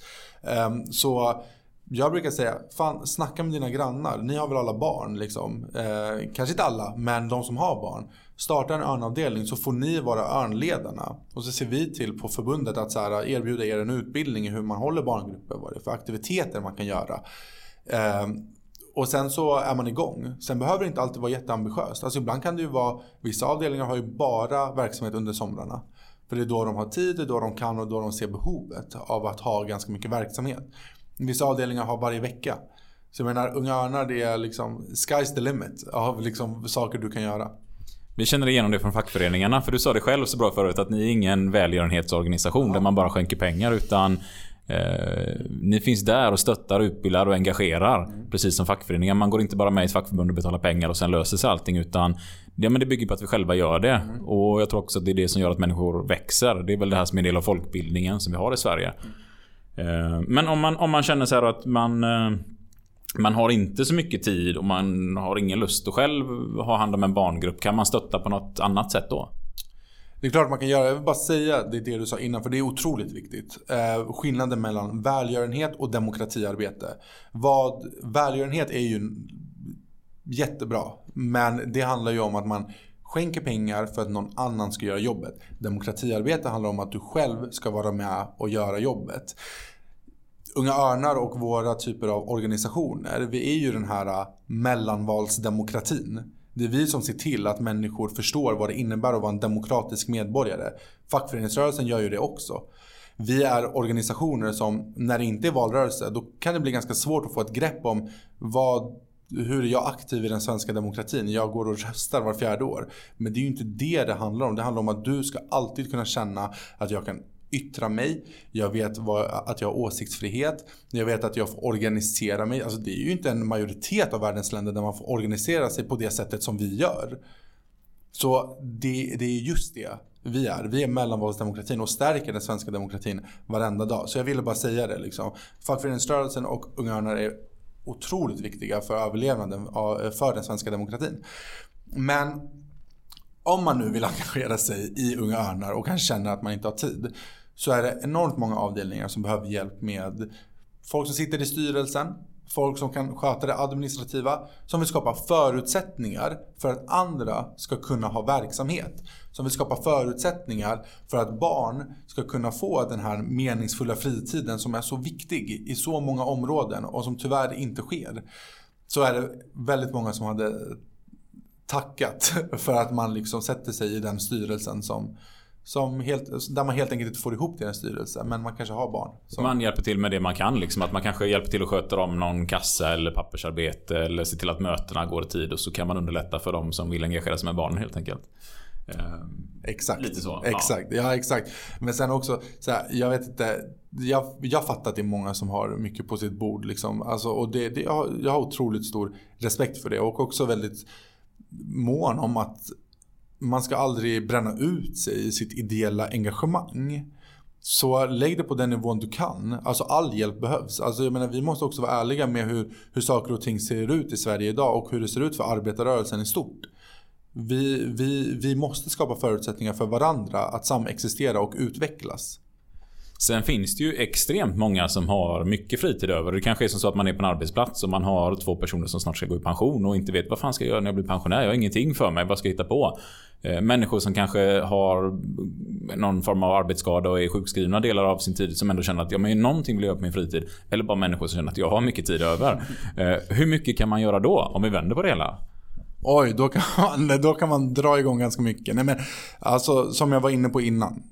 [SPEAKER 3] Så jag brukar säga, fan, snacka med dina grannar. Ni har väl alla barn liksom. Eh, kanske inte alla, men de som har barn. Starta en örnavdelning så får ni vara örnledarna. Och så ser vi till på förbundet att så här, erbjuda er en utbildning i hur man håller barngrupper. Vad det är för aktiviteter man kan göra. Eh, och sen så är man igång. Sen behöver det inte alltid vara jätteambitiöst. Alltså ibland kan det ju vara, vissa avdelningar har ju bara verksamhet under somrarna. För det är då de har tid, det är då de kan och då de ser behovet av att ha ganska mycket verksamhet. Vissa avdelningar har varje vecka. Så jag menar, Unga Örnar, det är liksom sky's the limit av liksom saker du kan göra.
[SPEAKER 2] Vi känner igenom det från fackföreningarna. För du sa det själv så bra förut att ni är ingen välgörenhetsorganisation ja. Där man bara skänker pengar. Utan eh, ni finns där och stöttar, utbildar och engagerar. Mm. Precis som fackföreningar. Man går inte bara med i ett fackförbund och betalar pengar och sen löser sig allting. Utan ja, men det bygger på att vi själva gör det. Mm. Och jag tror också att det är det som gör att människor växer. Det är väl det här som är en del av folkbildningen som vi har i Sverige. Mm. Men om man, om man känner så här att man, man har inte så mycket tid och man har ingen lust att själv ha hand om en barngrupp, kan man stötta på något annat sätt då?
[SPEAKER 3] Det är klart man kan göra. Jag vill bara säga det, det du sa innan, för det är otroligt viktigt. Eh, skillnaden mellan välgörenhet och demokratiarbete. Vad, välgörenhet är ju jättebra. Men det handlar ju om att man skänker pengar för att någon annan ska göra jobbet. Demokratiarbete handlar om att du själv ska vara med och göra jobbet. Unga Örnar och våra typer av organisationer, vi är ju den här mellanvalsdemokratin. Det är vi som ser till att människor förstår vad det innebär att vara en demokratisk medborgare. Fackföreningsrörelsen gör ju det också. Vi är organisationer som, när det inte är valrörelse, då kan det bli ganska svårt att få ett grepp om vad, hur är jag aktiv i den svenska demokratin. Jag går och röstar var fjärde år. Men det är ju inte det det handlar om. Det handlar om att du ska alltid kunna känna att jag kan yttra mig. Jag vet vad, att jag har åsiktsfrihet. Jag vet att jag får organisera mig. Alltså det är ju inte en majoritet av världens länder där man får organisera sig på det sättet som vi gör. Så det, det är just det vi är. Vi är mellanvalsdemokratin och stärker den svenska demokratin varenda dag. Så jag ville bara säga det liksom. Fackföreningsrörelsen och Unga Örnar är otroligt viktiga för överlevnaden för den svenska demokratin. Men om man nu vill engagera sig i Unga Örnar och kan känna att man inte har tid, så är det enormt många avdelningar som behöver hjälp med folk som sitter i styrelsen, folk som kan sköta det administrativa, som vill skapa förutsättningar för att andra ska kunna ha verksamhet, som vill skapa förutsättningar för att barn ska kunna få den här meningsfulla fritiden som är så viktig i så många områden och som tyvärr inte sker. Så är det väldigt många som hade tackat för att man liksom sätter sig i den styrelsen som, som helt, där man helt enkelt inte får ihop till en styrelse, men man kanske har barn. Så.
[SPEAKER 2] Man hjälper till med det man kan, liksom, att man kanske hjälper till att sköta om någon kassa eller pappersarbete eller se till att mötena går i tid, och så kan man underlätta för dem som vill engagera sig med barnen helt enkelt. Ehm,
[SPEAKER 3] exakt.
[SPEAKER 2] Lite så.
[SPEAKER 3] Exakt. Ja. ja, exakt. Men sen också, så här, jag vet inte, jag, jag fattar att det är många som har mycket på sitt bord. Liksom. Alltså, och det, det, jag, har, jag har otroligt stor respekt för det, och också väldigt mån om att man ska aldrig bränna ut sig i sitt ideella engagemang. Så lägg det på den nivån du kan. Alltså all hjälp behövs. Alltså jag menar, vi måste också vara ärliga med hur, hur saker och ting ser ut i Sverige idag och hur det ser ut för arbetarrörelsen i stort. Vi, vi, vi måste skapa förutsättningar för varandra att samexistera och utvecklas.
[SPEAKER 2] Sen finns det ju extremt många som har mycket fritid över. Det kanske är som så att man är på en arbetsplats och man har två personer som snart ska gå i pension och inte vet vad fan ska jag göra när jag blir pensionär. Jag har ingenting för mig, vad ska jag hitta på? Människor som kanske har någon form av arbetsskada och är sjukskrivna delar av sin tid, som ändå känner att ja, men någonting vill jag göra på min fritid. Eller bara människor som känner att jag har mycket tid över. Hur mycket kan man göra då om vi vänder på det hela?
[SPEAKER 3] Oj, då kan man, då kan man dra igång ganska mycket. Nej, men, alltså, som jag var inne på innan.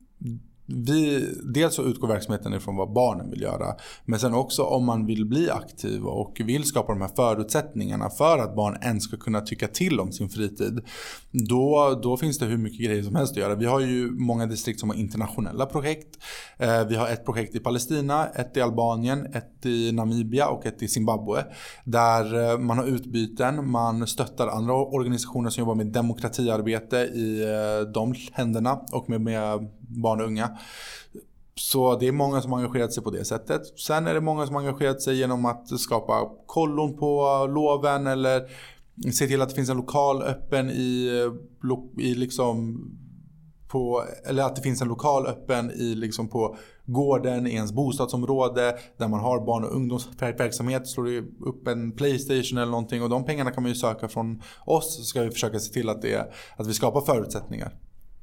[SPEAKER 3] Vi, dels så utgår verksamheten ifrån vad barnen vill göra, men sen också om man vill bli aktiv och vill skapa de här förutsättningarna för att barn ens ska kunna tycka till om sin fritid, då, då finns det hur mycket grejer som helst att göra. Vi har ju många distrikt som har internationella projekt. Eh, vi har ett projekt i Palestina, ett i Albanien, ett i Namibia och ett i Zimbabwe, där man har utbyten, man stöttar andra organisationer som jobbar med demokratiarbete i eh, de länderna och med, med barn och unga. Så det är många som har engagerat sig på det sättet. Sen är det många som har engagerat sig genom att skapa kollon på loven eller se till att det finns en lokal öppen i, i liksom på, eller att det finns en lokal öppen i liksom på gården i ens bostadsområde där man har barn- och ungdomsverksamhet. Slår det upp en PlayStation eller någonting, och de pengarna kan man ju söka från oss, så ska vi försöka se till att, det, att vi skapar förutsättningar.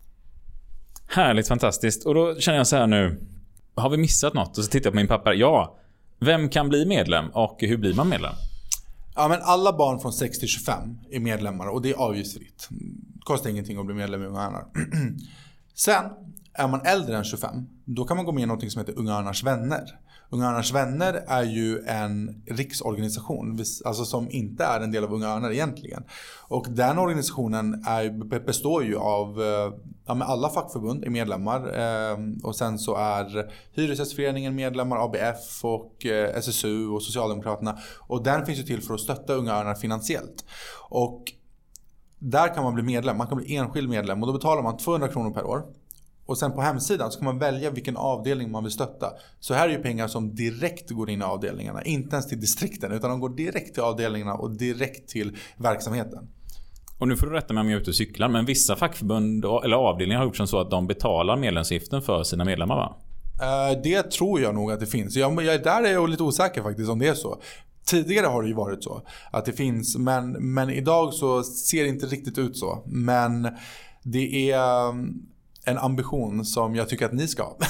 [SPEAKER 2] Härligt, fantastiskt. Och då känner jag så här nu, har vi missat något? Och så tittar jag på min pappa. Ja, vem kan bli medlem och hur blir man medlem?
[SPEAKER 3] Ja, men alla barn från sex till tjugofem är medlemmar och det är avgiftsfritt. Det kostar ingenting att bli medlem i Unga Örnar. Sen är man äldre än tjugofem, då kan man gå med i något som heter Unga Örnars vänner. Unga Örnars vänner är ju en riksorganisation, alltså som inte är en del av Unga Örnar egentligen. Och den organisationen är, består ju av ja, med alla fackförbund är medlemmar, eh, och sen så är Hyresgästföreningen medlemmar, A B F och eh, S S U och Socialdemokraterna. Och den finns ju till för att stötta Unga Örnar finansiellt. Och där kan man bli medlem, man kan bli enskild medlem, och då betalar man tvåhundra kronor per år. Och sen på hemsidan så kan man välja vilken avdelning man vill stötta. Så här är ju pengar som direkt går in i avdelningarna. Inte ens till distrikten, utan de går direkt till avdelningarna och direkt till verksamheten.
[SPEAKER 2] Och nu får du rätta mig om jag är ute och cyklar, men vissa fackförbund eller avdelningar har gjort som så att de betalar medlemsavgiften för sina medlemmar, va?
[SPEAKER 3] Uh, det tror jag nog att det finns. Jag, jag, där är jag lite osäker faktiskt om det är så. Tidigare har det ju varit så att det finns, men, men idag så ser det inte riktigt ut så. Men det är en ambition som jag tycker att ni ska ha.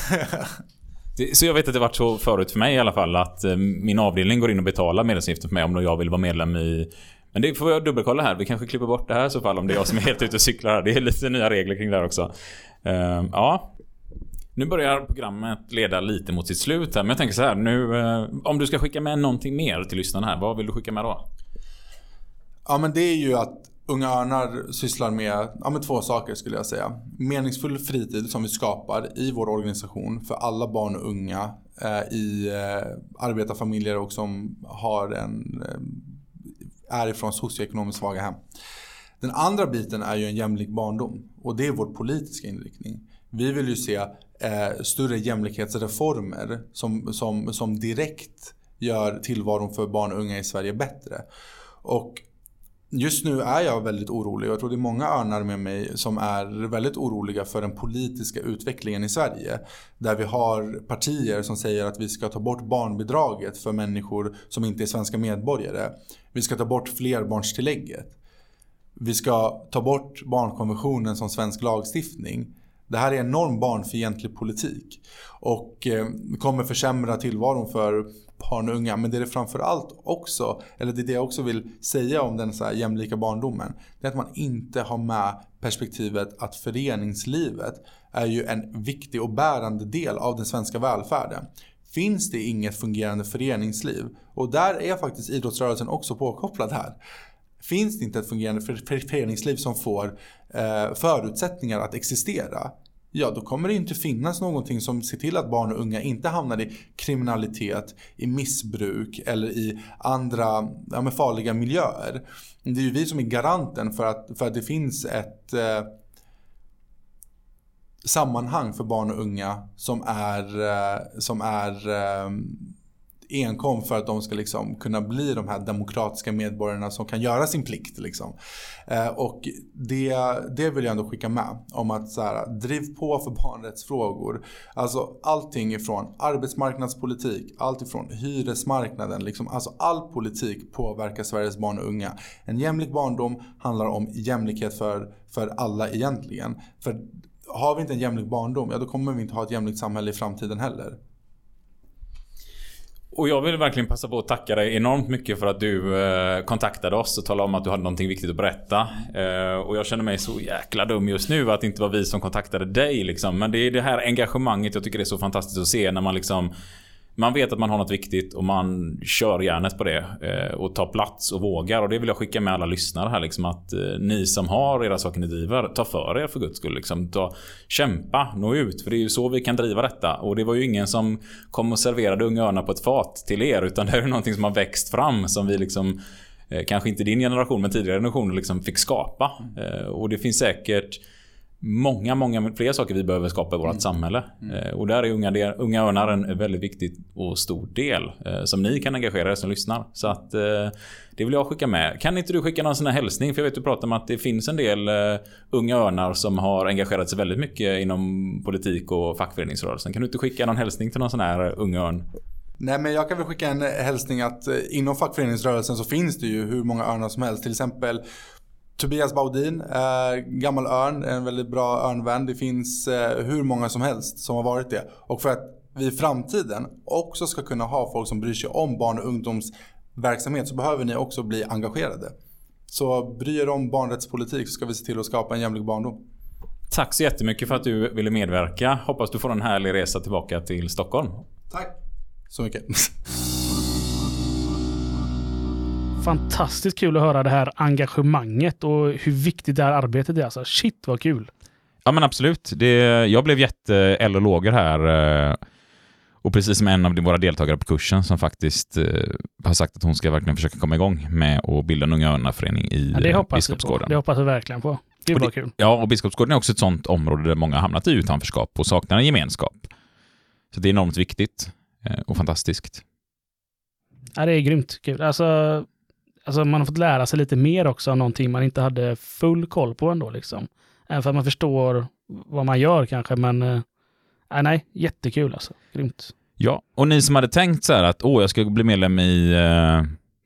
[SPEAKER 2] Så jag vet att det varit så förut för mig i alla fall, att min avdelning går in och betalar medlemsavgiften för mig om jag vill vara medlem i. Men det får jag dubbelkolla här. Vi kanske klipper bort det här i så fall om det är jag som är helt ute och cyklar här. Det är lite nya regler kring det här också. Uh, ja. Nu börjar programmet leda lite mot sitt slut här. Men jag tänker så här, nu, uh, om du ska skicka med någonting mer till lyssnarna här, vad vill du skicka med då?
[SPEAKER 3] Ja, men det är ju att Unga Örnar sysslar med, ja, med två saker skulle jag säga. Meningsfull fritid som vi skapar i vår organisation för alla barn och unga eh, i eh, arbetarfamiljer och som har en, eh, är ifrån socioekonomiskt svaga hem. Den andra biten är ju en jämlik barndom och det är vår politiska inriktning. Vi vill ju se eh, större jämlikhetsreformer som, som, som direkt gör tillvaron för barn och unga i Sverige bättre. Och just nu är jag väldigt orolig och jag tror det är många örnar med mig som är väldigt oroliga för den politiska utvecklingen i Sverige. Där vi har partier som säger att vi ska ta bort barnbidraget för människor som inte är svenska medborgare. Vi ska ta bort flerbarnstillägget. Vi ska ta bort barnkonventionen som svensk lagstiftning. Det här är enorm barnfientlig politik och eh, kommer försämra tillvaron för barn och unga. Men det är det framförallt också, eller det är det jag också vill säga om den så här jämlika barndomen, det är att man inte har med perspektivet att föreningslivet är ju en viktig och bärande del av den svenska välfärden. Finns det inget fungerande föreningsliv, och där är faktiskt idrottsrörelsen också påkopplad här. Finns det inte ett fungerande föreningsliv som får eh, förutsättningar att existera, ja då kommer det inte finnas någonting som ser till att barn och unga inte hamnar i kriminalitet, i missbruk eller i andra ja, med farliga miljöer. Det är ju vi som är garanten för att, för att det finns ett eh, sammanhang för barn och unga som är, eh, som är eh, enkom för att de ska liksom kunna bli de här demokratiska medborgarna som kan göra sin plikt. Liksom. Eh, och det, det vill jag ändå skicka med om att så här, driv på för barnrättsfrågor. Alltså allting ifrån arbetsmarknadspolitik, allt ifrån hyresmarknaden. Liksom, alltså all politik påverkar Sveriges barn och unga. En jämlik barndom handlar om jämlikhet för, för alla egentligen. För har vi inte en jämlik barndom, ja då kommer vi inte ha ett jämlikt samhälle i framtiden heller.
[SPEAKER 2] Och jag vill verkligen passa på att tacka dig enormt mycket för att du eh, kontaktade oss och talade om att du hade någonting viktigt att berätta. Eh, och jag känner mig så jäkla dum just nu att det inte var vi som kontaktade dig. Liksom. Men det är det här engagemanget jag tycker det är så fantastiskt att se när man liksom... Man vet att man har något viktigt och man kör järnet på det eh, och tar plats och vågar. Och det vill jag skicka med alla lyssnare här. Liksom, att eh, ni som har era saker ni driver, ta för er för guds skull. Liksom, ta, kämpa, nå ut. För det är ju så vi kan driva detta. Och det var ju ingen som kom och serverade Unga Örnar på ett fat till er. Utan det är ju någonting som har växt fram som vi liksom... Eh, kanske inte din generation men tidigare generationer liksom fick skapa. Eh, och det finns säkert... Många, många fler saker vi behöver skapa i vårt mm. samhälle. Mm. Eh, och där är unga, del, unga örnar en väldigt viktig och stor del eh, som ni kan engagera er som lyssnar. Så att eh, det vill jag skicka med. Kan inte du skicka någon sån här hälsning? För jag vet du pratar om att det finns en del eh, unga örnar som har engagerat sig väldigt mycket inom politik och fackföreningsrörelsen. Kan du inte skicka någon hälsning till någon sån här unga örn?
[SPEAKER 3] Nej, men jag kan väl skicka en hälsning att inom fackföreningsrörelsen så finns det ju hur många örnar som helst. Till exempel Tobias Baudin, eh, gammal örn, en väldigt bra örnvän. Det finns eh, hur många som helst som har varit det. Och för att vi i framtiden också ska kunna ha folk som bryr sig om barn- och ungdomsverksamhet så behöver ni också bli engagerade. Så bry er om barnrättspolitik så ska vi se till att skapa en jämlik barndom.
[SPEAKER 2] Tack så jättemycket för att du ville medverka. Hoppas du får en härlig resa tillbaka till Stockholm.
[SPEAKER 3] Tack så mycket.
[SPEAKER 1] Fantastiskt kul att höra det här engagemanget och hur viktigt det här arbetet är. Alltså, shit vad kul.
[SPEAKER 2] Ja men absolut. Det, jag blev jätte-L och låger här. Och precis som en av våra deltagare på kursen som faktiskt har sagt att hon ska verkligen försöka komma igång med att bilda en Unga Örnar-förening i ja, det hoppas Biskopsgården.
[SPEAKER 1] Det hoppas jag verkligen på. Det är bara kul.
[SPEAKER 2] Ja, och Biskopsgården är också ett sånt område där många har hamnat i utanförskap och saknar en gemenskap. Så det är enormt viktigt och fantastiskt.
[SPEAKER 1] Ja, det är grymt kul. Alltså... Alltså man har fått lära sig lite mer också av någonting man inte hade full koll på ändå liksom. Även för att man förstår vad man gör kanske, men äh, nej, jättekul alltså. Grymt.
[SPEAKER 2] Ja, och ni som hade tänkt så här att åh, jag ska bli medlem i, uh,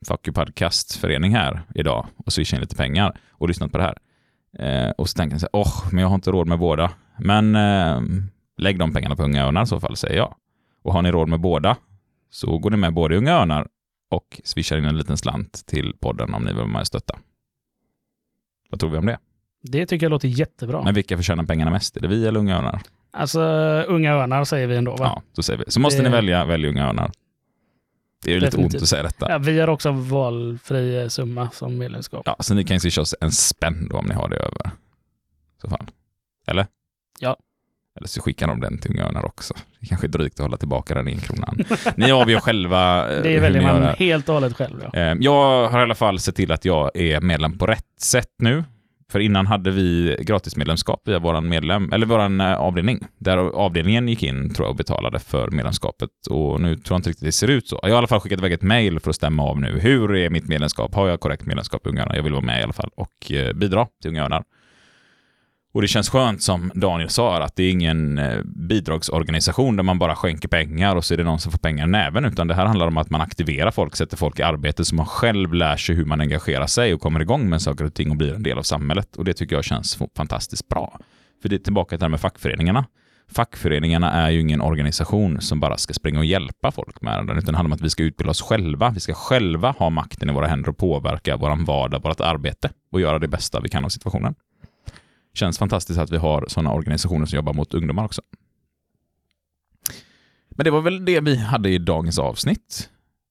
[SPEAKER 2] Fuck You Podcast-förening här idag och swishat in lite pengar och lyssnat på det här. Eh, och så tänker ni så här, åh, men jag har inte råd med båda. Men eh, lägg de pengarna på Unga Örnar i så fall, säger jag. Och har ni råd med båda så går ni med både Unga Örnar och swishar in en liten slant till podden om ni vill vara med och stötta. Vad tror vi om det?
[SPEAKER 1] Det tycker jag låter jättebra.
[SPEAKER 2] Men vilka förtjänar pengarna mest? Är det vi eller Unga Örnar?
[SPEAKER 1] Alltså, Unga Örnar säger vi ändå, va?
[SPEAKER 2] Ja, så säger vi. Så måste
[SPEAKER 1] det...
[SPEAKER 2] ni välja, välja Unga Örnar. Det är ju lite ont att säga detta.
[SPEAKER 1] Ja, vi har också valfri summa som medlemskap.
[SPEAKER 2] Ja, så ni kan ju swisha oss en spänn då om ni har det över. Så fan. Eller?
[SPEAKER 1] Ja.
[SPEAKER 2] Eller så skickar de den till Unga Örnar också. Det kanske är drygt att hålla tillbaka den in kronan. Ni avgör själva.
[SPEAKER 1] Det väljer man helt och hållet själv. Ja.
[SPEAKER 2] Jag har i alla fall sett till att jag är medlem på rätt sätt nu. För innan hade vi gratismedlemskap via våran medlem, eller våran avdelning. Där avdelningen gick in, tror jag, och betalade för medlemskapet. Och nu tror jag inte riktigt det ser ut så. Jag har i alla fall skickat iväg ett mejl för att stämma av nu. Hur är mitt medlemskap? Har jag korrekt medlemskap i Unga Örnar? Jag vill vara med i alla fall och bidra till Unga Örnar. Och det känns skönt, som Daniel sa, att det är ingen bidragsorganisation där man bara skänker pengar och så är det någon som får pengar i näven, utan det här handlar om att man aktiverar folk, sätter folk i arbete så man själv lär sig hur man engagerar sig och kommer igång med saker och ting och blir en del av samhället. Och det tycker jag känns fantastiskt bra. För det är tillbaka till det här med fackföreningarna. Fackföreningarna är ju ingen organisation som bara ska springa och hjälpa folk med den, utan det handlar om att vi ska utbilda oss själva. Vi ska själva ha makten i våra händer och påverka våran vardag, vårt arbete och göra det bästa vi kan av situationen. Känns fantastiskt att vi har sådana organisationer som jobbar mot ungdomar också. Men det var väl det vi hade i dagens avsnitt.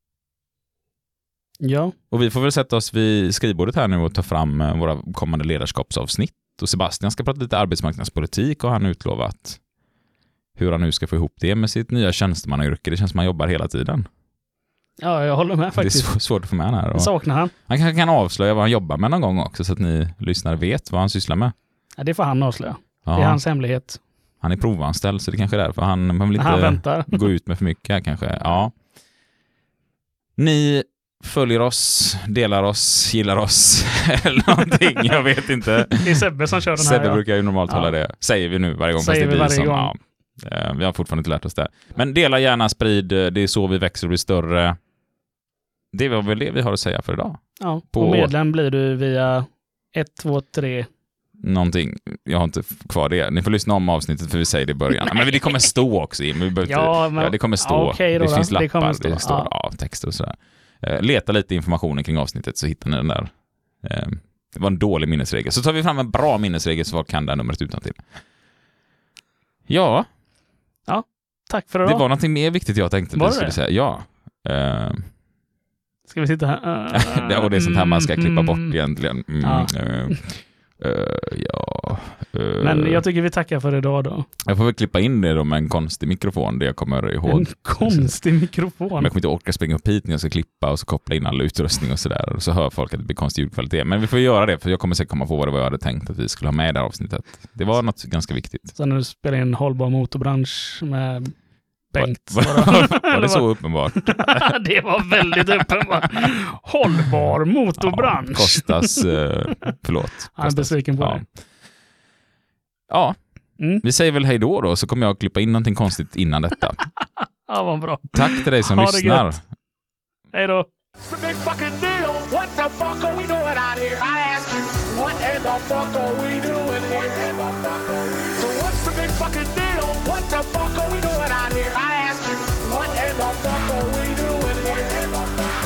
[SPEAKER 1] Ja.
[SPEAKER 2] Och vi får väl sätta oss vid skrivbordet här nu och ta fram våra kommande ledarskapsavsnitt. Och Sebastian ska prata lite arbetsmarknadspolitik och han utlovat hur han nu ska få ihop det med sitt nya tjänstemannayrke. Det känns som man jobbar hela tiden.
[SPEAKER 1] Ja, jag håller med faktiskt.
[SPEAKER 2] Det är svårt att få med han här.
[SPEAKER 1] Och saknar han.
[SPEAKER 2] Han kanske kan avslöja vad han jobbar med någon gång också så att ni lyssnare vet vad han sysslar med.
[SPEAKER 1] Ja, det får han avslöja.
[SPEAKER 2] Ja.
[SPEAKER 1] Det är hans hemlighet.
[SPEAKER 2] Han är provanställd så det kanske är därför han, man vill inte
[SPEAKER 1] han väntar.
[SPEAKER 2] gå ut med för mycket här kanske. Ja. Ni följer oss, delar oss, gillar oss eller någonting, jag vet inte.
[SPEAKER 1] Det är Sebbe som kör den här.
[SPEAKER 2] Sebbe
[SPEAKER 1] ja.
[SPEAKER 2] brukar ju normalt
[SPEAKER 1] ja.
[SPEAKER 2] hålla det. Säger vi nu varje gång.
[SPEAKER 1] Säger vi varje
[SPEAKER 2] som,
[SPEAKER 1] gång.
[SPEAKER 2] Ja, vi har fortfarande inte lärt oss det. Men dela gärna, sprid, det är så vi växer och blir större. Det var väl det vi har att säga för idag.
[SPEAKER 1] Ja,
[SPEAKER 2] På
[SPEAKER 1] och medlem blir du via ett, två, tre
[SPEAKER 2] någonting. Jag har inte kvar det. Ni får lyssna om avsnittet för vi säger det i början. Men det kommer stå också. Vi ja, men, ja, det kommer stå.
[SPEAKER 1] Okay då,
[SPEAKER 2] det finns lappar.
[SPEAKER 1] Det,
[SPEAKER 2] det står ja. Ja, texter och sådär. Uh, leta lite information kring avsnittet så hittar ni den där. Uh, det var en dålig minnesregel. Så tar vi fram en bra minnesregel så folk kan det här numret utan till. Ja.
[SPEAKER 1] Ja, tack för idag.
[SPEAKER 2] Det var någonting mer viktigt jag tänkte.
[SPEAKER 1] Var
[SPEAKER 2] det skulle säga. Ja. Uh,
[SPEAKER 1] Ska vi sitta här? Uh,
[SPEAKER 2] det, och det är sånt här man ska klippa bort egentligen. Mm,
[SPEAKER 1] ja.
[SPEAKER 2] Uh, Uh, ja. Uh,
[SPEAKER 1] Men jag tycker vi tackar för idag då.
[SPEAKER 2] Jag får väl klippa in det då med en konstig mikrofon, det jag kommer ihåg.
[SPEAKER 1] En konstig mikrofon?
[SPEAKER 2] Men jag kommer inte orka springa upp hit när jag ska klippa och så koppla in all utrustning och sådär. Och så hör folk att det blir konstig ljudkvalitet. Men vi får göra det, för jag kommer säkert komma på vad det var jag hade tänkt att vi skulle ha med i det här avsnittet. Det var något ganska viktigt.
[SPEAKER 1] Så när du spelar in hållbar motorbransch med Bengt.
[SPEAKER 2] Var, var, var det så uppenbart?
[SPEAKER 1] Det var väldigt uppenbart. Hållbar motorbransch.
[SPEAKER 2] Ja, Kostas, eh, förlåt.
[SPEAKER 1] Han är besviken på
[SPEAKER 2] ja.
[SPEAKER 1] det.
[SPEAKER 2] Ja,
[SPEAKER 1] mm.
[SPEAKER 2] vi säger väl hej då då, så kommer jag klippa in någonting konstigt innan detta.
[SPEAKER 1] Ja, vad bra.
[SPEAKER 2] Tack till dig som
[SPEAKER 1] ha
[SPEAKER 2] lyssnar.
[SPEAKER 1] Hej då. What the fuck are we doing out here? I ask you, what in the fuck are we doing here?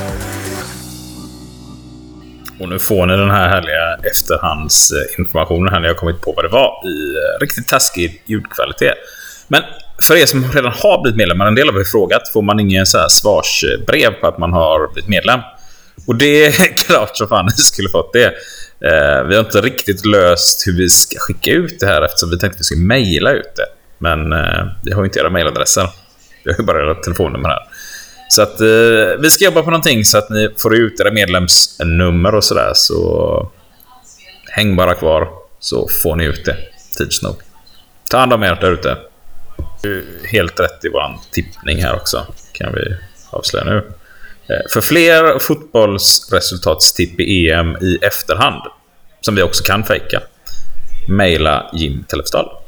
[SPEAKER 4] Och nu får ni den här härliga efterhandsinformationen här när jag kommit på vad det var i riktigt taskig ljudkvalitet. Men för er som redan har blivit medlemmar, en del har vi frågat, får man ingen så här svarsbrev på att man har blivit medlem? Och det är klart så fan ni skulle fått det. Eh, vi har inte riktigt löst hur vi ska skicka ut det här eftersom vi tänkte att vi ska mejla ut det. Men eh, vi har ju inte era mejladresser. Vi har ju bara era telefonnummer här. Så att eh, vi ska jobba på någonting så att ni får ut era medlemsnummer och sådär. Så häng bara kvar så får ni ut det tids nog. Ta hand om er där ute. Helt rätt i våran tippning här också, kan vi avslöja nu. För fler fotbollsresultatstipp i E M i efterhand, som vi också kan fejka, mejla Jim Tellefsdal.